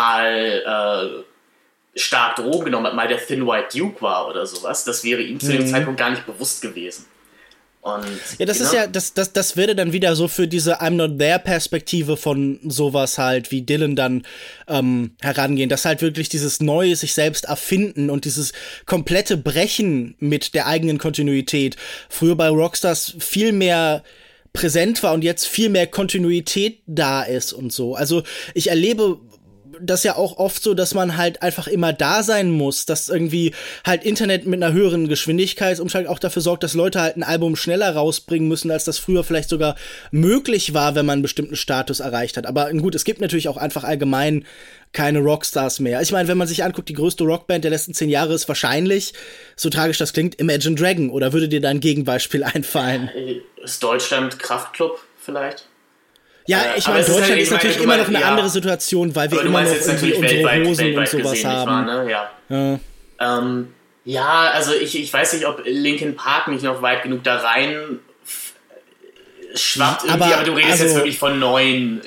mal stark Drogen genommen hat, mal der Thin White Duke war oder sowas, das wäre ihm zu dem Zeitpunkt gar nicht bewusst gewesen. Und, ja, das ist ja, das würde dann wieder so für diese I'm not there Perspektive von sowas halt wie Dylan dann herangehen, dass halt wirklich dieses neue sich selbst erfinden und dieses komplette Brechen mit der eigenen Kontinuität früher bei Rockstars viel mehr präsent war und jetzt viel mehr Kontinuität da ist und so. Also ich erlebe das ja auch oft so, dass man halt einfach immer da sein muss, dass irgendwie halt Internet mit einer höheren Geschwindigkeitsumschaltung auch dafür sorgt, dass Leute halt ein Album schneller rausbringen müssen, als das früher vielleicht sogar möglich war, wenn man einen bestimmten Status erreicht hat. Aber gut, es gibt natürlich auch einfach allgemein keine Rockstars mehr. Ich meine, wenn man sich anguckt, die größte Rockband der letzten 10 Jahre ist wahrscheinlich, so tragisch das klingt, Imagine Dragon. Oder würde dir da ein Gegenbeispiel einfallen? Ist Deutschland Kraftklub vielleicht? Ja, ich meine, Deutschland ist natürlich immer noch eine andere Situation, weil wir immer noch irgendwie unsere Hosen und sowas haben. Ne? Ja, also ich weiß nicht, ob Linkin Park nicht noch weit genug da rein schwappt irgendwie, aber du redest jetzt wirklich von neuen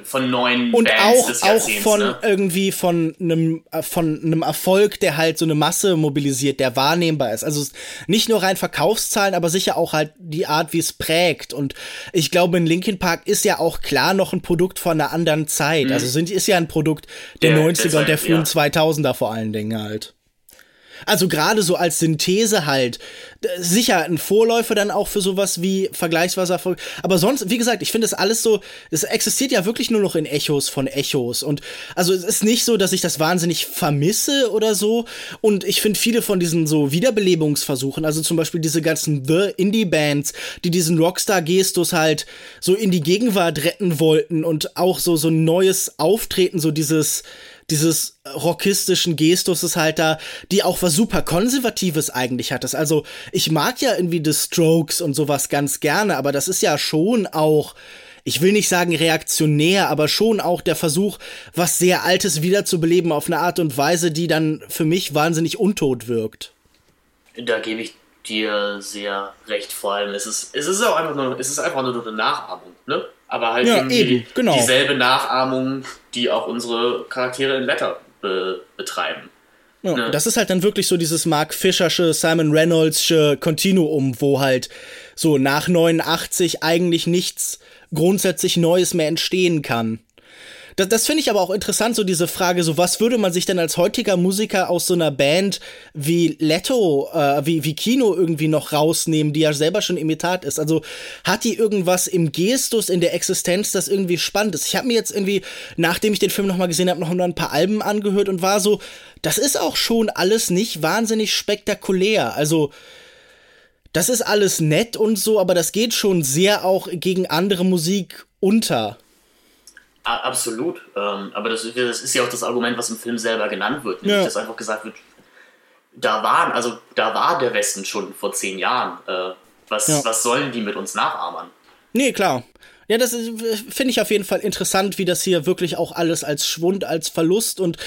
und Bands des Jahrzehnts, auch von ne? irgendwie von einem Erfolg, der halt so eine Masse mobilisiert, der wahrnehmbar ist. Also nicht nur rein Verkaufszahlen, aber sicher auch halt die Art, wie es prägt. Und ich glaube, in Linkin Park ist ja auch klar noch ein Produkt von einer anderen Zeit. Also ist ja ein Produkt der 90er und der frühen 2000er vor allen Dingen halt. Also gerade so als Synthese halt, sicher ein Vorläufer dann auch für sowas wie vergleichsweise Erfolg. Aber sonst, wie gesagt, ich finde das alles so, es existiert ja wirklich nur noch in Echos von Echos. Und also es ist nicht so, dass ich das wahnsinnig vermisse oder so. Und ich finde viele von diesen so Wiederbelebungsversuchen, also zum Beispiel diese ganzen The-Indie-Bands, die diesen Rockstar-Gestus halt so in die Gegenwart retten wollten und auch so ein neues Auftreten, so dieses rockistischen Gestus ist halt da, die auch was super Konservatives eigentlich hat. Also ich mag ja irgendwie The Strokes und sowas ganz gerne, aber das ist ja schon auch, ich will nicht sagen reaktionär, aber schon auch der Versuch, was sehr Altes wiederzubeleben auf eine Art und Weise, die dann für mich wahnsinnig untot wirkt. Da gebe ich dir sehr recht, vor allem es ist auch einfach nur eine Nachahmung, ne? Aber halt dieselbe Nachahmung, die auch unsere Charaktere in Letter betreiben. Ja, ne? Das ist halt dann wirklich so dieses Mark Fischersche, Simon Reynoldsche Kontinuum, wo halt so nach 89 eigentlich nichts grundsätzlich Neues mehr entstehen kann. Das finde ich aber auch interessant, so diese Frage, so was würde man sich denn als heutiger Musiker aus so einer Band wie Leto, wie Kino irgendwie noch rausnehmen, die ja selber schon Imitat ist. Also hat die irgendwas im Gestus, in der Existenz, das irgendwie spannend ist? Ich habe mir jetzt irgendwie, nachdem ich den Film nochmal gesehen habe, noch ein paar Alben angehört und war so, das ist auch schon alles nicht wahnsinnig spektakulär. Also das ist alles nett und so, aber das geht schon sehr auch gegen andere Musik unter. Absolut, aber das ist ja auch das Argument, was im Film selber genannt wird, nämlich dass einfach gesagt wird, da war der Westen schon vor 10 Jahren, was sollen die mit uns nachahmern? Nee, klar. Ja, das finde ich auf jeden Fall interessant, wie das hier wirklich auch alles als Schwund, als Verlust und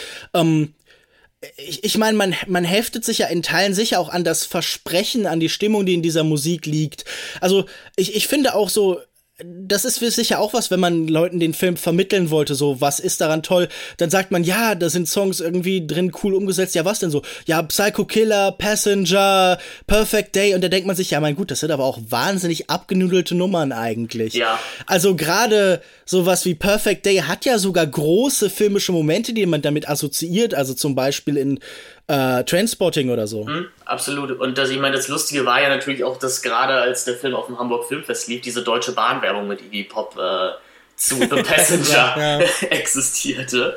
ich meine, man heftet sich ja in Teilen sicher auch an das Versprechen, an die Stimmung, die in dieser Musik liegt. Also ich finde auch so, das ist sicher auch was, wenn man Leuten den Film vermitteln wollte, so, was ist daran toll, dann sagt man, ja, da sind Songs irgendwie drin cool umgesetzt, ja, was denn so? Ja, Psycho Killer, Passenger, Perfect Day, und da denkt man sich, ja, mein gut, das sind aber auch wahnsinnig abgenudelte Nummern eigentlich. Ja. Also gerade sowas wie Perfect Day hat ja sogar große filmische Momente, die man damit assoziiert, also zum Beispiel in Trainspotting oder so. Absolut. Und ich meine, das Lustige war ja natürlich auch, dass gerade als der Film auf dem Hamburg Filmfest lief, diese Deutsche Bahn-Werbung mit Iggy Pop zu The Passenger existierte.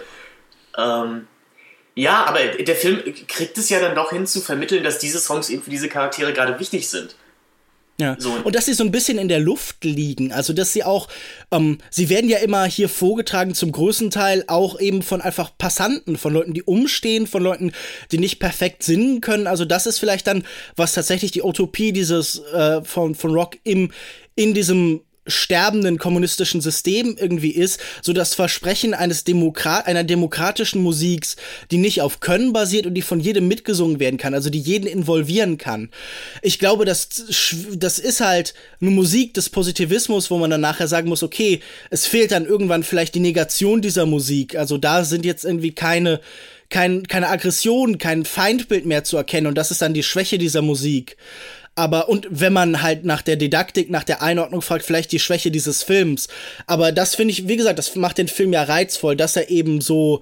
Ja, aber der Film kriegt es ja dann doch hin zu vermitteln, dass diese Songs eben für diese Charaktere gerade wichtig sind. Ja, so. Und dass sie so ein bisschen in der Luft liegen, also dass sie auch, sie werden ja immer hier vorgetragen, zum größten Teil auch eben von einfach Passanten, von Leuten, die umstehen, von Leuten, die nicht perfekt singen können, also das ist vielleicht dann, was tatsächlich die Utopie dieses, von Rock in diesem sterbenden kommunistischen System irgendwie ist, so das Versprechen einer demokratischen Musiks, die nicht auf Können basiert und die von jedem mitgesungen werden kann, also die jeden involvieren kann. Ich glaube, das ist halt eine Musik des Positivismus, wo man dann nachher sagen muss, okay, es fehlt dann irgendwann vielleicht die Negation dieser Musik, also da sind jetzt irgendwie keine Aggression, kein Feindbild mehr zu erkennen und das ist dann die Schwäche dieser Musik. Aber, und wenn man halt nach der Didaktik, nach der Einordnung fragt, vielleicht die Schwäche dieses Films. Aber das finde ich, wie gesagt, das macht den Film ja reizvoll, dass er eben so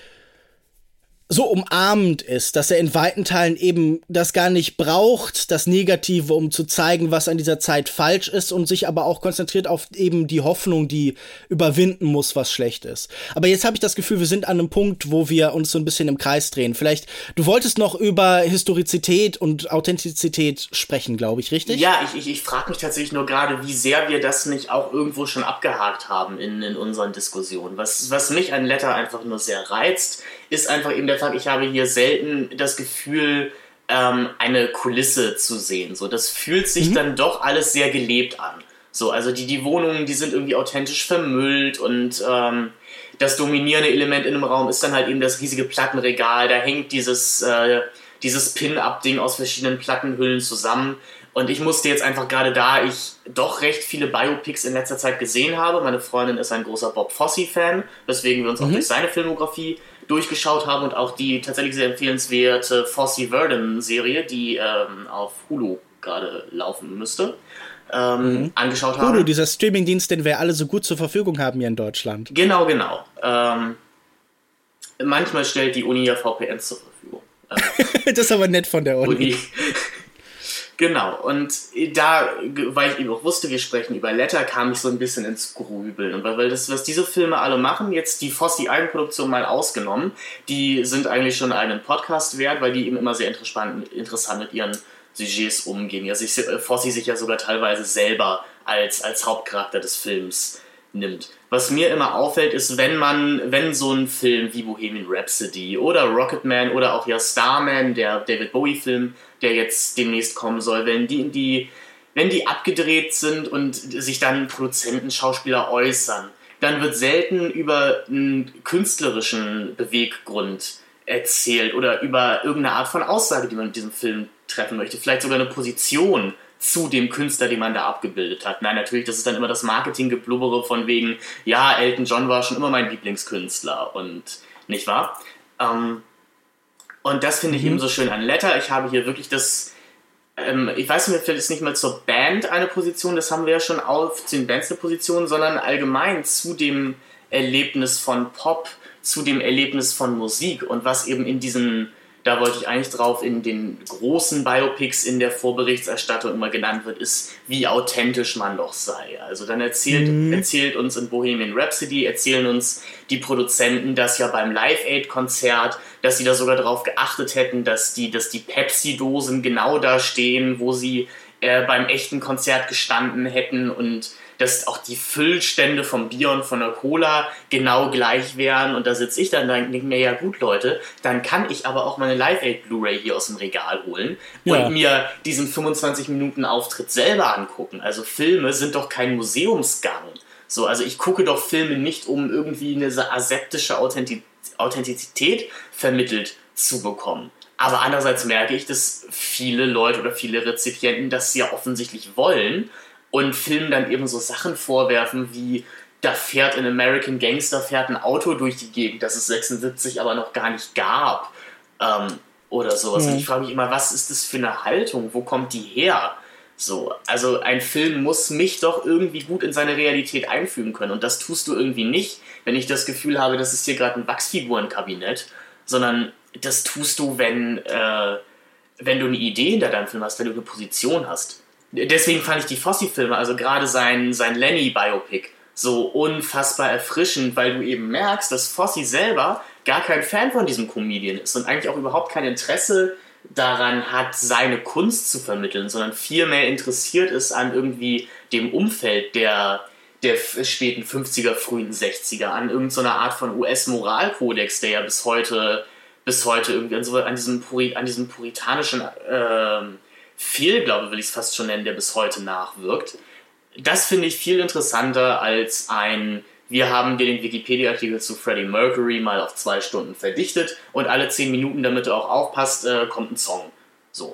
umarmend ist, dass er in weiten Teilen eben das gar nicht braucht, das Negative, um zu zeigen, was an dieser Zeit falsch ist, und sich aber auch konzentriert auf eben die Hoffnung, die überwinden muss, was schlecht ist. Aber jetzt habe ich das Gefühl, wir sind an einem Punkt, wo wir uns so ein bisschen im Kreis drehen. Vielleicht, du wolltest noch über Historizität und Authentizität sprechen, glaube ich, richtig? Ja, ich frage mich tatsächlich nur gerade, wie sehr wir das nicht auch irgendwo schon abgehakt haben in unseren Diskussionen. Was mich an Letter einfach nur sehr reizt, ist einfach eben der Fakt, ich habe hier selten das Gefühl, eine Kulisse zu sehen. So, das fühlt sich dann doch alles sehr gelebt an. So, also die Wohnungen, die sind irgendwie authentisch vermüllt, und das dominierende Element in einem Raum ist dann halt eben das riesige Plattenregal. Da hängt dieses Pin-Up-Ding aus verschiedenen Plattenhüllen zusammen. Und ich musste jetzt einfach gerade, da ich doch recht viele Biopics in letzter Zeit gesehen habe, meine Freundin ist ein großer Bob Fosse-Fan, weswegen wir uns auch durch seine Filmografie durchgeschaut haben und auch die tatsächlich sehr empfehlenswerte Fosse-Verdon-Serie, die auf Hulu gerade laufen müsste, angeschaut haben. Hulu, dieser Streamingdienst, den wir alle so gut zur Verfügung haben hier in Deutschland. Genau. Manchmal stellt die Uni ja VPNs zur Verfügung. Das ist aber nett von der Uni. Genau, und da, weil ich eben auch wusste, wir sprechen über Letter, kam ich so ein bisschen ins Grübeln. Und weil das, was diese Filme alle machen, jetzt die Fosse-Eigenproduktion mal ausgenommen, die sind eigentlich schon einen Podcast wert, weil die eben immer sehr interessant mit ihren Sujets umgehen. Ja, Fosse sich ja sogar teilweise selber als Hauptcharakter des Films nimmt. Was mir immer auffällt, ist, wenn so ein Film wie Bohemian Rhapsody oder Rocketman oder auch ja Starman, der David Bowie-Film, der jetzt demnächst kommen soll, wenn die abgedreht sind und sich dann Produzenten, Schauspieler äußern, dann wird selten über einen künstlerischen Beweggrund erzählt oder über irgendeine Art von Aussage, die man mit diesem Film treffen möchte. Vielleicht sogar eine Position zu dem Künstler, den man da abgebildet hat. Nein, natürlich, das ist dann immer das Marketinggeblubbere von wegen, ja, Elton John war schon immer mein Lieblingskünstler, und nicht wahr? Und das finde ich eben so schön an Letter. Ich habe hier wirklich das, ich weiß nicht, vielleicht ist nicht mal zur Band eine Position, das haben wir ja schon auf, zu den Bands eine Position, sondern allgemein zu dem Erlebnis von Pop, zu dem Erlebnis von Musik, und was eben in diesen, da wollte ich eigentlich drauf, in den großen Biopics in der Vorberichterstattung immer genannt wird, ist, wie authentisch man doch sei. Also dann erzählt uns in Bohemian Rhapsody, erzählen uns die Produzenten, dass ja beim Live-Aid-Konzert, dass sie da sogar darauf geachtet hätten, dass die Pepsi-Dosen genau da stehen, wo sie beim echten Konzert gestanden hätten, und dass auch die Füllstände vom Bier und von der Cola genau gleich wären. Und da sitze ich dann und denke mir, ja gut, Leute, dann kann ich aber auch meine Live-Aid Blu-ray hier aus dem Regal holen und mir diesen 25-Minuten-Auftritt selber angucken. Also Filme sind doch kein Museumsgang. So, also ich gucke doch Filme nicht, um irgendwie eine aseptische Authentizität vermittelt zu bekommen. Aber andererseits merke ich, dass viele Leute oder viele Rezipienten das ja offensichtlich wollen und Filmen dann eben so Sachen vorwerfen wie, da fährt in American Gangster ein Auto durch die Gegend, das es 76 aber noch gar nicht gab, oder sowas. Und ich frage mich immer, was ist das für eine Haltung? Wo kommt die her? So, also ein Film muss mich doch irgendwie gut in seine Realität einfügen können, und das tust du irgendwie nicht, wenn ich das Gefühl habe, das ist hier gerade ein Wachsfigurenkabinett, sondern das tust du, wenn du eine Idee hinter deinem Film hast, wenn du eine Position hast. Deswegen fand ich die Fosse-Filme, also gerade sein Lenny-Biopic, so unfassbar erfrischend, weil du eben merkst, dass Fosse selber gar kein Fan von diesem Comedian ist und eigentlich auch überhaupt kein Interesse daran hat, seine Kunst zu vermitteln, sondern vielmehr interessiert ist an irgendwie dem Umfeld der späten 50er, frühen 60er, an irgendeiner Art von US-Moralkodex, der ja bis heute irgendwie an diesem puritanischen Fehlglaube, will ich es fast schon nennen, der bis heute nachwirkt. Das finde ich viel interessanter als wir haben dir den Wikipedia-Artikel zu Freddie Mercury mal auf 2 Stunden verdichtet und alle 10 Minuten, damit du auch aufpasst, kommt ein Song. So.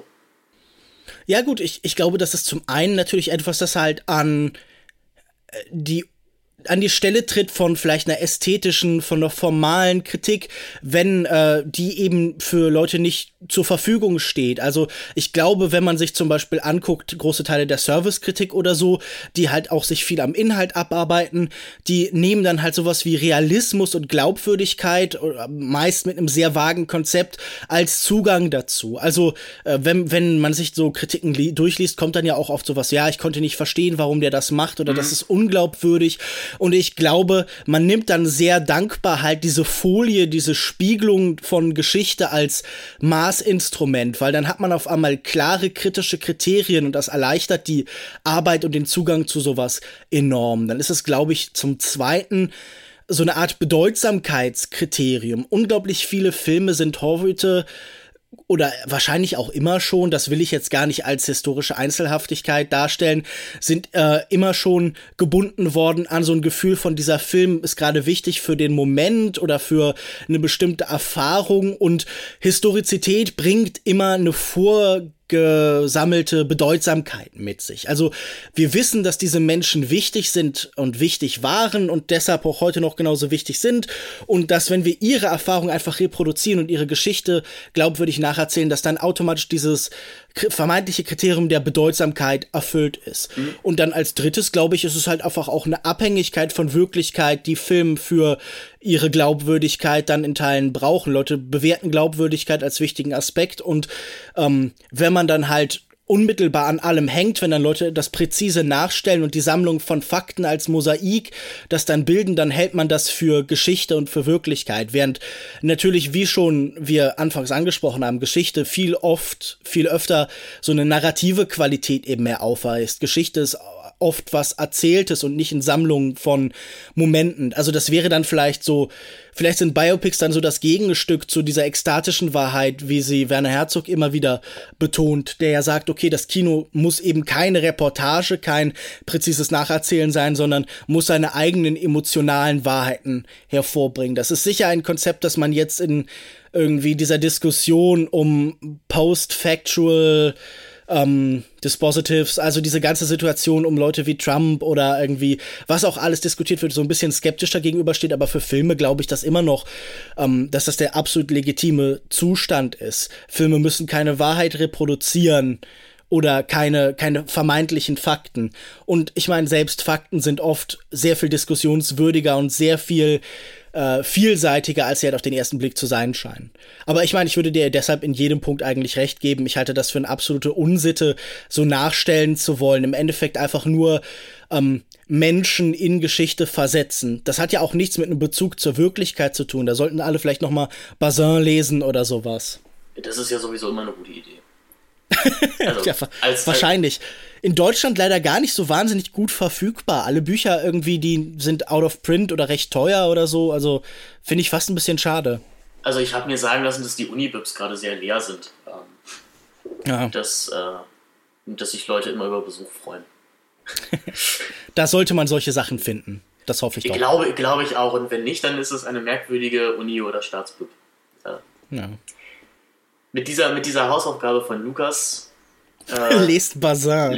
Ja gut, ich glaube, das ist zum einen natürlich etwas, das halt an die an die Stelle tritt von vielleicht einer ästhetischen, von einer formalen Kritik, wenn die eben für Leute nicht zur Verfügung steht. Also ich glaube, wenn man sich zum Beispiel anguckt, große Teile der Servicekritik oder so, die halt auch sich viel am Inhalt abarbeiten, die nehmen dann halt sowas wie Realismus und Glaubwürdigkeit, meist mit einem sehr vagen Konzept, als Zugang dazu. Also wenn man sich so Kritiken durchliest, kommt dann ja auch oft sowas, ja, ich konnte nicht verstehen, warum der das macht oder das ist unglaubwürdig. Und ich glaube, man nimmt dann sehr dankbar halt diese Folie, diese Spiegelung von Geschichte als Maßinstrument, weil dann hat man auf einmal klare kritische Kriterien und das erleichtert die Arbeit und den Zugang zu sowas enorm. Dann ist es, glaube ich, zum Zweiten so eine Art Bedeutsamkeitskriterium. Unglaublich viele Filme sind heute oder wahrscheinlich auch immer schon, das will ich jetzt gar nicht als historische Einzelhaftigkeit darstellen, sind immer schon gebunden worden an so ein Gefühl von, dieser Film ist gerade wichtig für den Moment oder für eine bestimmte Erfahrung, und Historizität bringt immer eine vorgesammelte Bedeutsamkeit mit sich. Also wir wissen, dass diese Menschen wichtig sind und wichtig waren und deshalb auch heute noch genauso wichtig sind, und dass, wenn wir ihre Erfahrung einfach reproduzieren und ihre Geschichte glaubwürdig nacherzählen, dass dann automatisch dieses vermeintliche Kriterium der Bedeutsamkeit erfüllt ist. Und dann als drittes, glaube ich, ist es halt einfach auch eine Abhängigkeit von Wirklichkeit, die Film für ihre Glaubwürdigkeit dann in Teilen brauchen. Leute bewerten Glaubwürdigkeit als wichtigen Aspekt, und wenn man dann halt unmittelbar an allem hängt, wenn dann Leute das präzise nachstellen und die Sammlung von Fakten als Mosaik das dann bilden, dann hält man das für Geschichte und für Wirklichkeit. Während natürlich, wie schon wir anfangs angesprochen haben, Geschichte viel öfter so eine narrative Qualität eben mehr aufweist. Geschichte ist oft was Erzähltes und nicht in Sammlungen von Momenten. Also das wäre dann vielleicht sind Biopics dann so das Gegenstück zu dieser ekstatischen Wahrheit, wie sie Werner Herzog immer wieder betont, der ja sagt, okay, das Kino muss eben keine Reportage, kein präzises Nacherzählen sein, sondern muss seine eigenen emotionalen Wahrheiten hervorbringen. Das ist sicher ein Konzept, das man jetzt in irgendwie dieser Diskussion um Post-Factual Dispositives, also diese ganze Situation um Leute wie Trump oder irgendwie, was auch alles diskutiert wird, so ein bisschen skeptischer gegenübersteht, aber für Filme glaube ich das immer noch, dass das der absolut legitime Zustand ist. Filme müssen keine Wahrheit reproduzieren oder keine vermeintlichen Fakten. Und ich meine, selbst Fakten sind oft sehr viel diskussionswürdiger und sehr viel vielseitiger, als sie halt auf den ersten Blick zu sein scheinen. Aber ich meine, ich würde dir deshalb in jedem Punkt eigentlich recht geben. Ich halte das für eine absolute Unsitte, so nachstellen zu wollen. Im Endeffekt einfach nur Menschen in Geschichte versetzen. Das hat ja auch nichts mit einem Bezug zur Wirklichkeit zu tun. Da sollten alle vielleicht noch mal Bazin lesen oder sowas. Das ist ja sowieso immer eine gute Idee. Also, ja, wahrscheinlich. In Deutschland leider gar nicht so wahnsinnig gut verfügbar. Alle Bücher irgendwie, die sind out of print oder recht teuer oder so. Also finde ich fast ein bisschen schade. Also ich habe mir sagen lassen, dass die Unibibs gerade sehr leer sind. Ja. Dass sich Leute immer über Besuch freuen. Da sollte man solche Sachen finden. Das hoffe ich doch. Glaube ich auch. Und wenn nicht, dann ist es eine merkwürdige Uni oder Staatsbib. Ja. Mit dieser Hausaufgabe von Lukas. Lest Bazin.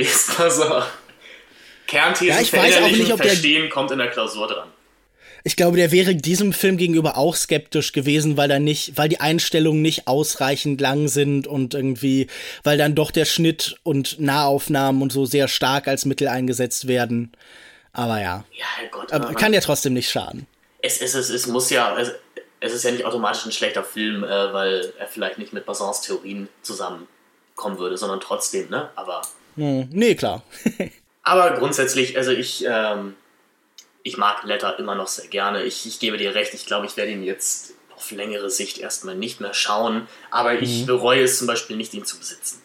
Kernthesen ja, ich weiß auch nicht, ob verstehen, kommt in der Klausur dran. Ich glaube, der wäre diesem Film gegenüber auch skeptisch gewesen, weil die Einstellungen nicht ausreichend lang sind und irgendwie, weil dann doch der Schnitt und Nahaufnahmen und so sehr stark als Mittel eingesetzt werden. Aber ja. Ja, Gott. Aber kann ja trotzdem nicht schaden. Es ist ja nicht automatisch ein schlechter Film, weil er vielleicht nicht mit Bazins Theorien zusammenkommen würde, sondern trotzdem, ne? Aber. Nee, klar. Aber grundsätzlich, also ich mag Letter immer noch sehr gerne. Ich gebe dir recht, ich glaube, ich werde ihn jetzt auf längere Sicht erstmal nicht mehr schauen, aber ich bereue es zum Beispiel nicht, ihn zu besitzen.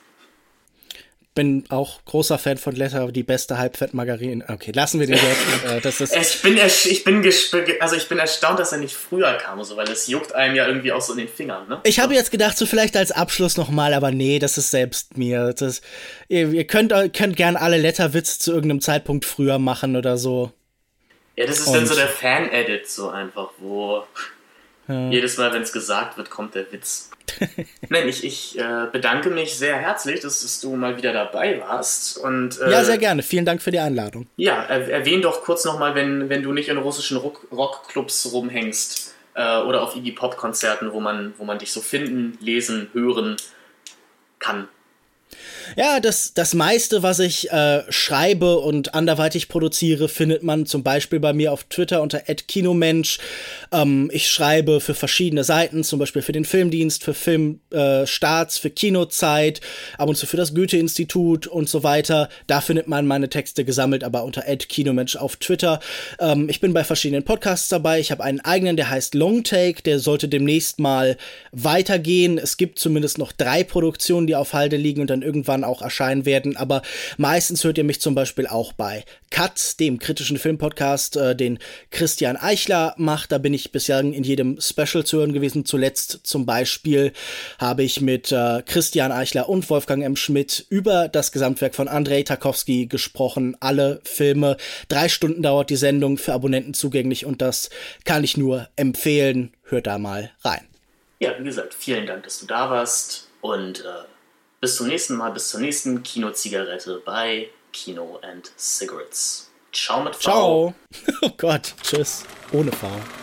Bin auch großer Fan von Letter, die beste Halbfettmargarine. Okay, lassen wir den jetzt. Ich bin erstaunt, dass er nicht früher kam, so, weil es juckt einem ja irgendwie auch so in den Fingern, ne? Ich habe jetzt gedacht, so vielleicht als Abschluss nochmal, aber nee, das ist selbst mir. Ihr könnt gern alle Letterwitze zu irgendeinem Zeitpunkt früher machen oder so. Ja, das ist dann so der Fan-Edit so einfach, wo Jedes Mal, wenn es gesagt wird, kommt der Witz. Nein, ich bedanke mich sehr herzlich, dass du mal wieder dabei warst. Und, ja, sehr gerne. Vielen Dank für die Einladung. Ja, erwähn doch kurz nochmal, wenn du nicht in russischen Rockclubs rumhängst oder auf Iggy Pop Konzerten, wo man dich so finden, lesen, hören kann. Ja, das meiste, was ich schreibe und anderweitig produziere, findet man zum Beispiel bei mir auf Twitter unter @kinomensch. Ich schreibe für verschiedene Seiten, zum Beispiel für den Filmdienst, für Filmstarts, für Kinozeit, ab und zu für das Goethe-Institut und so weiter. Da findet man meine Texte gesammelt, aber unter @kinomensch auf Twitter. Ich bin bei verschiedenen Podcasts dabei. Ich habe einen eigenen, der heißt Longtake. Der sollte demnächst mal weitergehen. Es gibt zumindest noch 3 Produktionen, die auf Halde liegen und dann irgendwann auch erscheinen werden, aber meistens hört ihr mich zum Beispiel auch bei Cut, dem kritischen Filmpodcast, den Christian Eichler macht. Da bin ich bislang in jedem Special zu hören gewesen. Zuletzt zum Beispiel habe ich mit Christian Eichler und Wolfgang M. Schmidt über das Gesamtwerk von Andrei Tarkovsky gesprochen. Alle Filme. 3 Stunden dauert die Sendung, für Abonnenten zugänglich, und das kann ich nur empfehlen. Hört da mal rein. Ja, wie gesagt, vielen Dank, dass du da warst, und bis zum nächsten Mal, bis zur nächsten Kinozigarette bei Kino and Cigarettes. Ciao mit V. Ciao. Oh Gott, tschüss. Ohne V.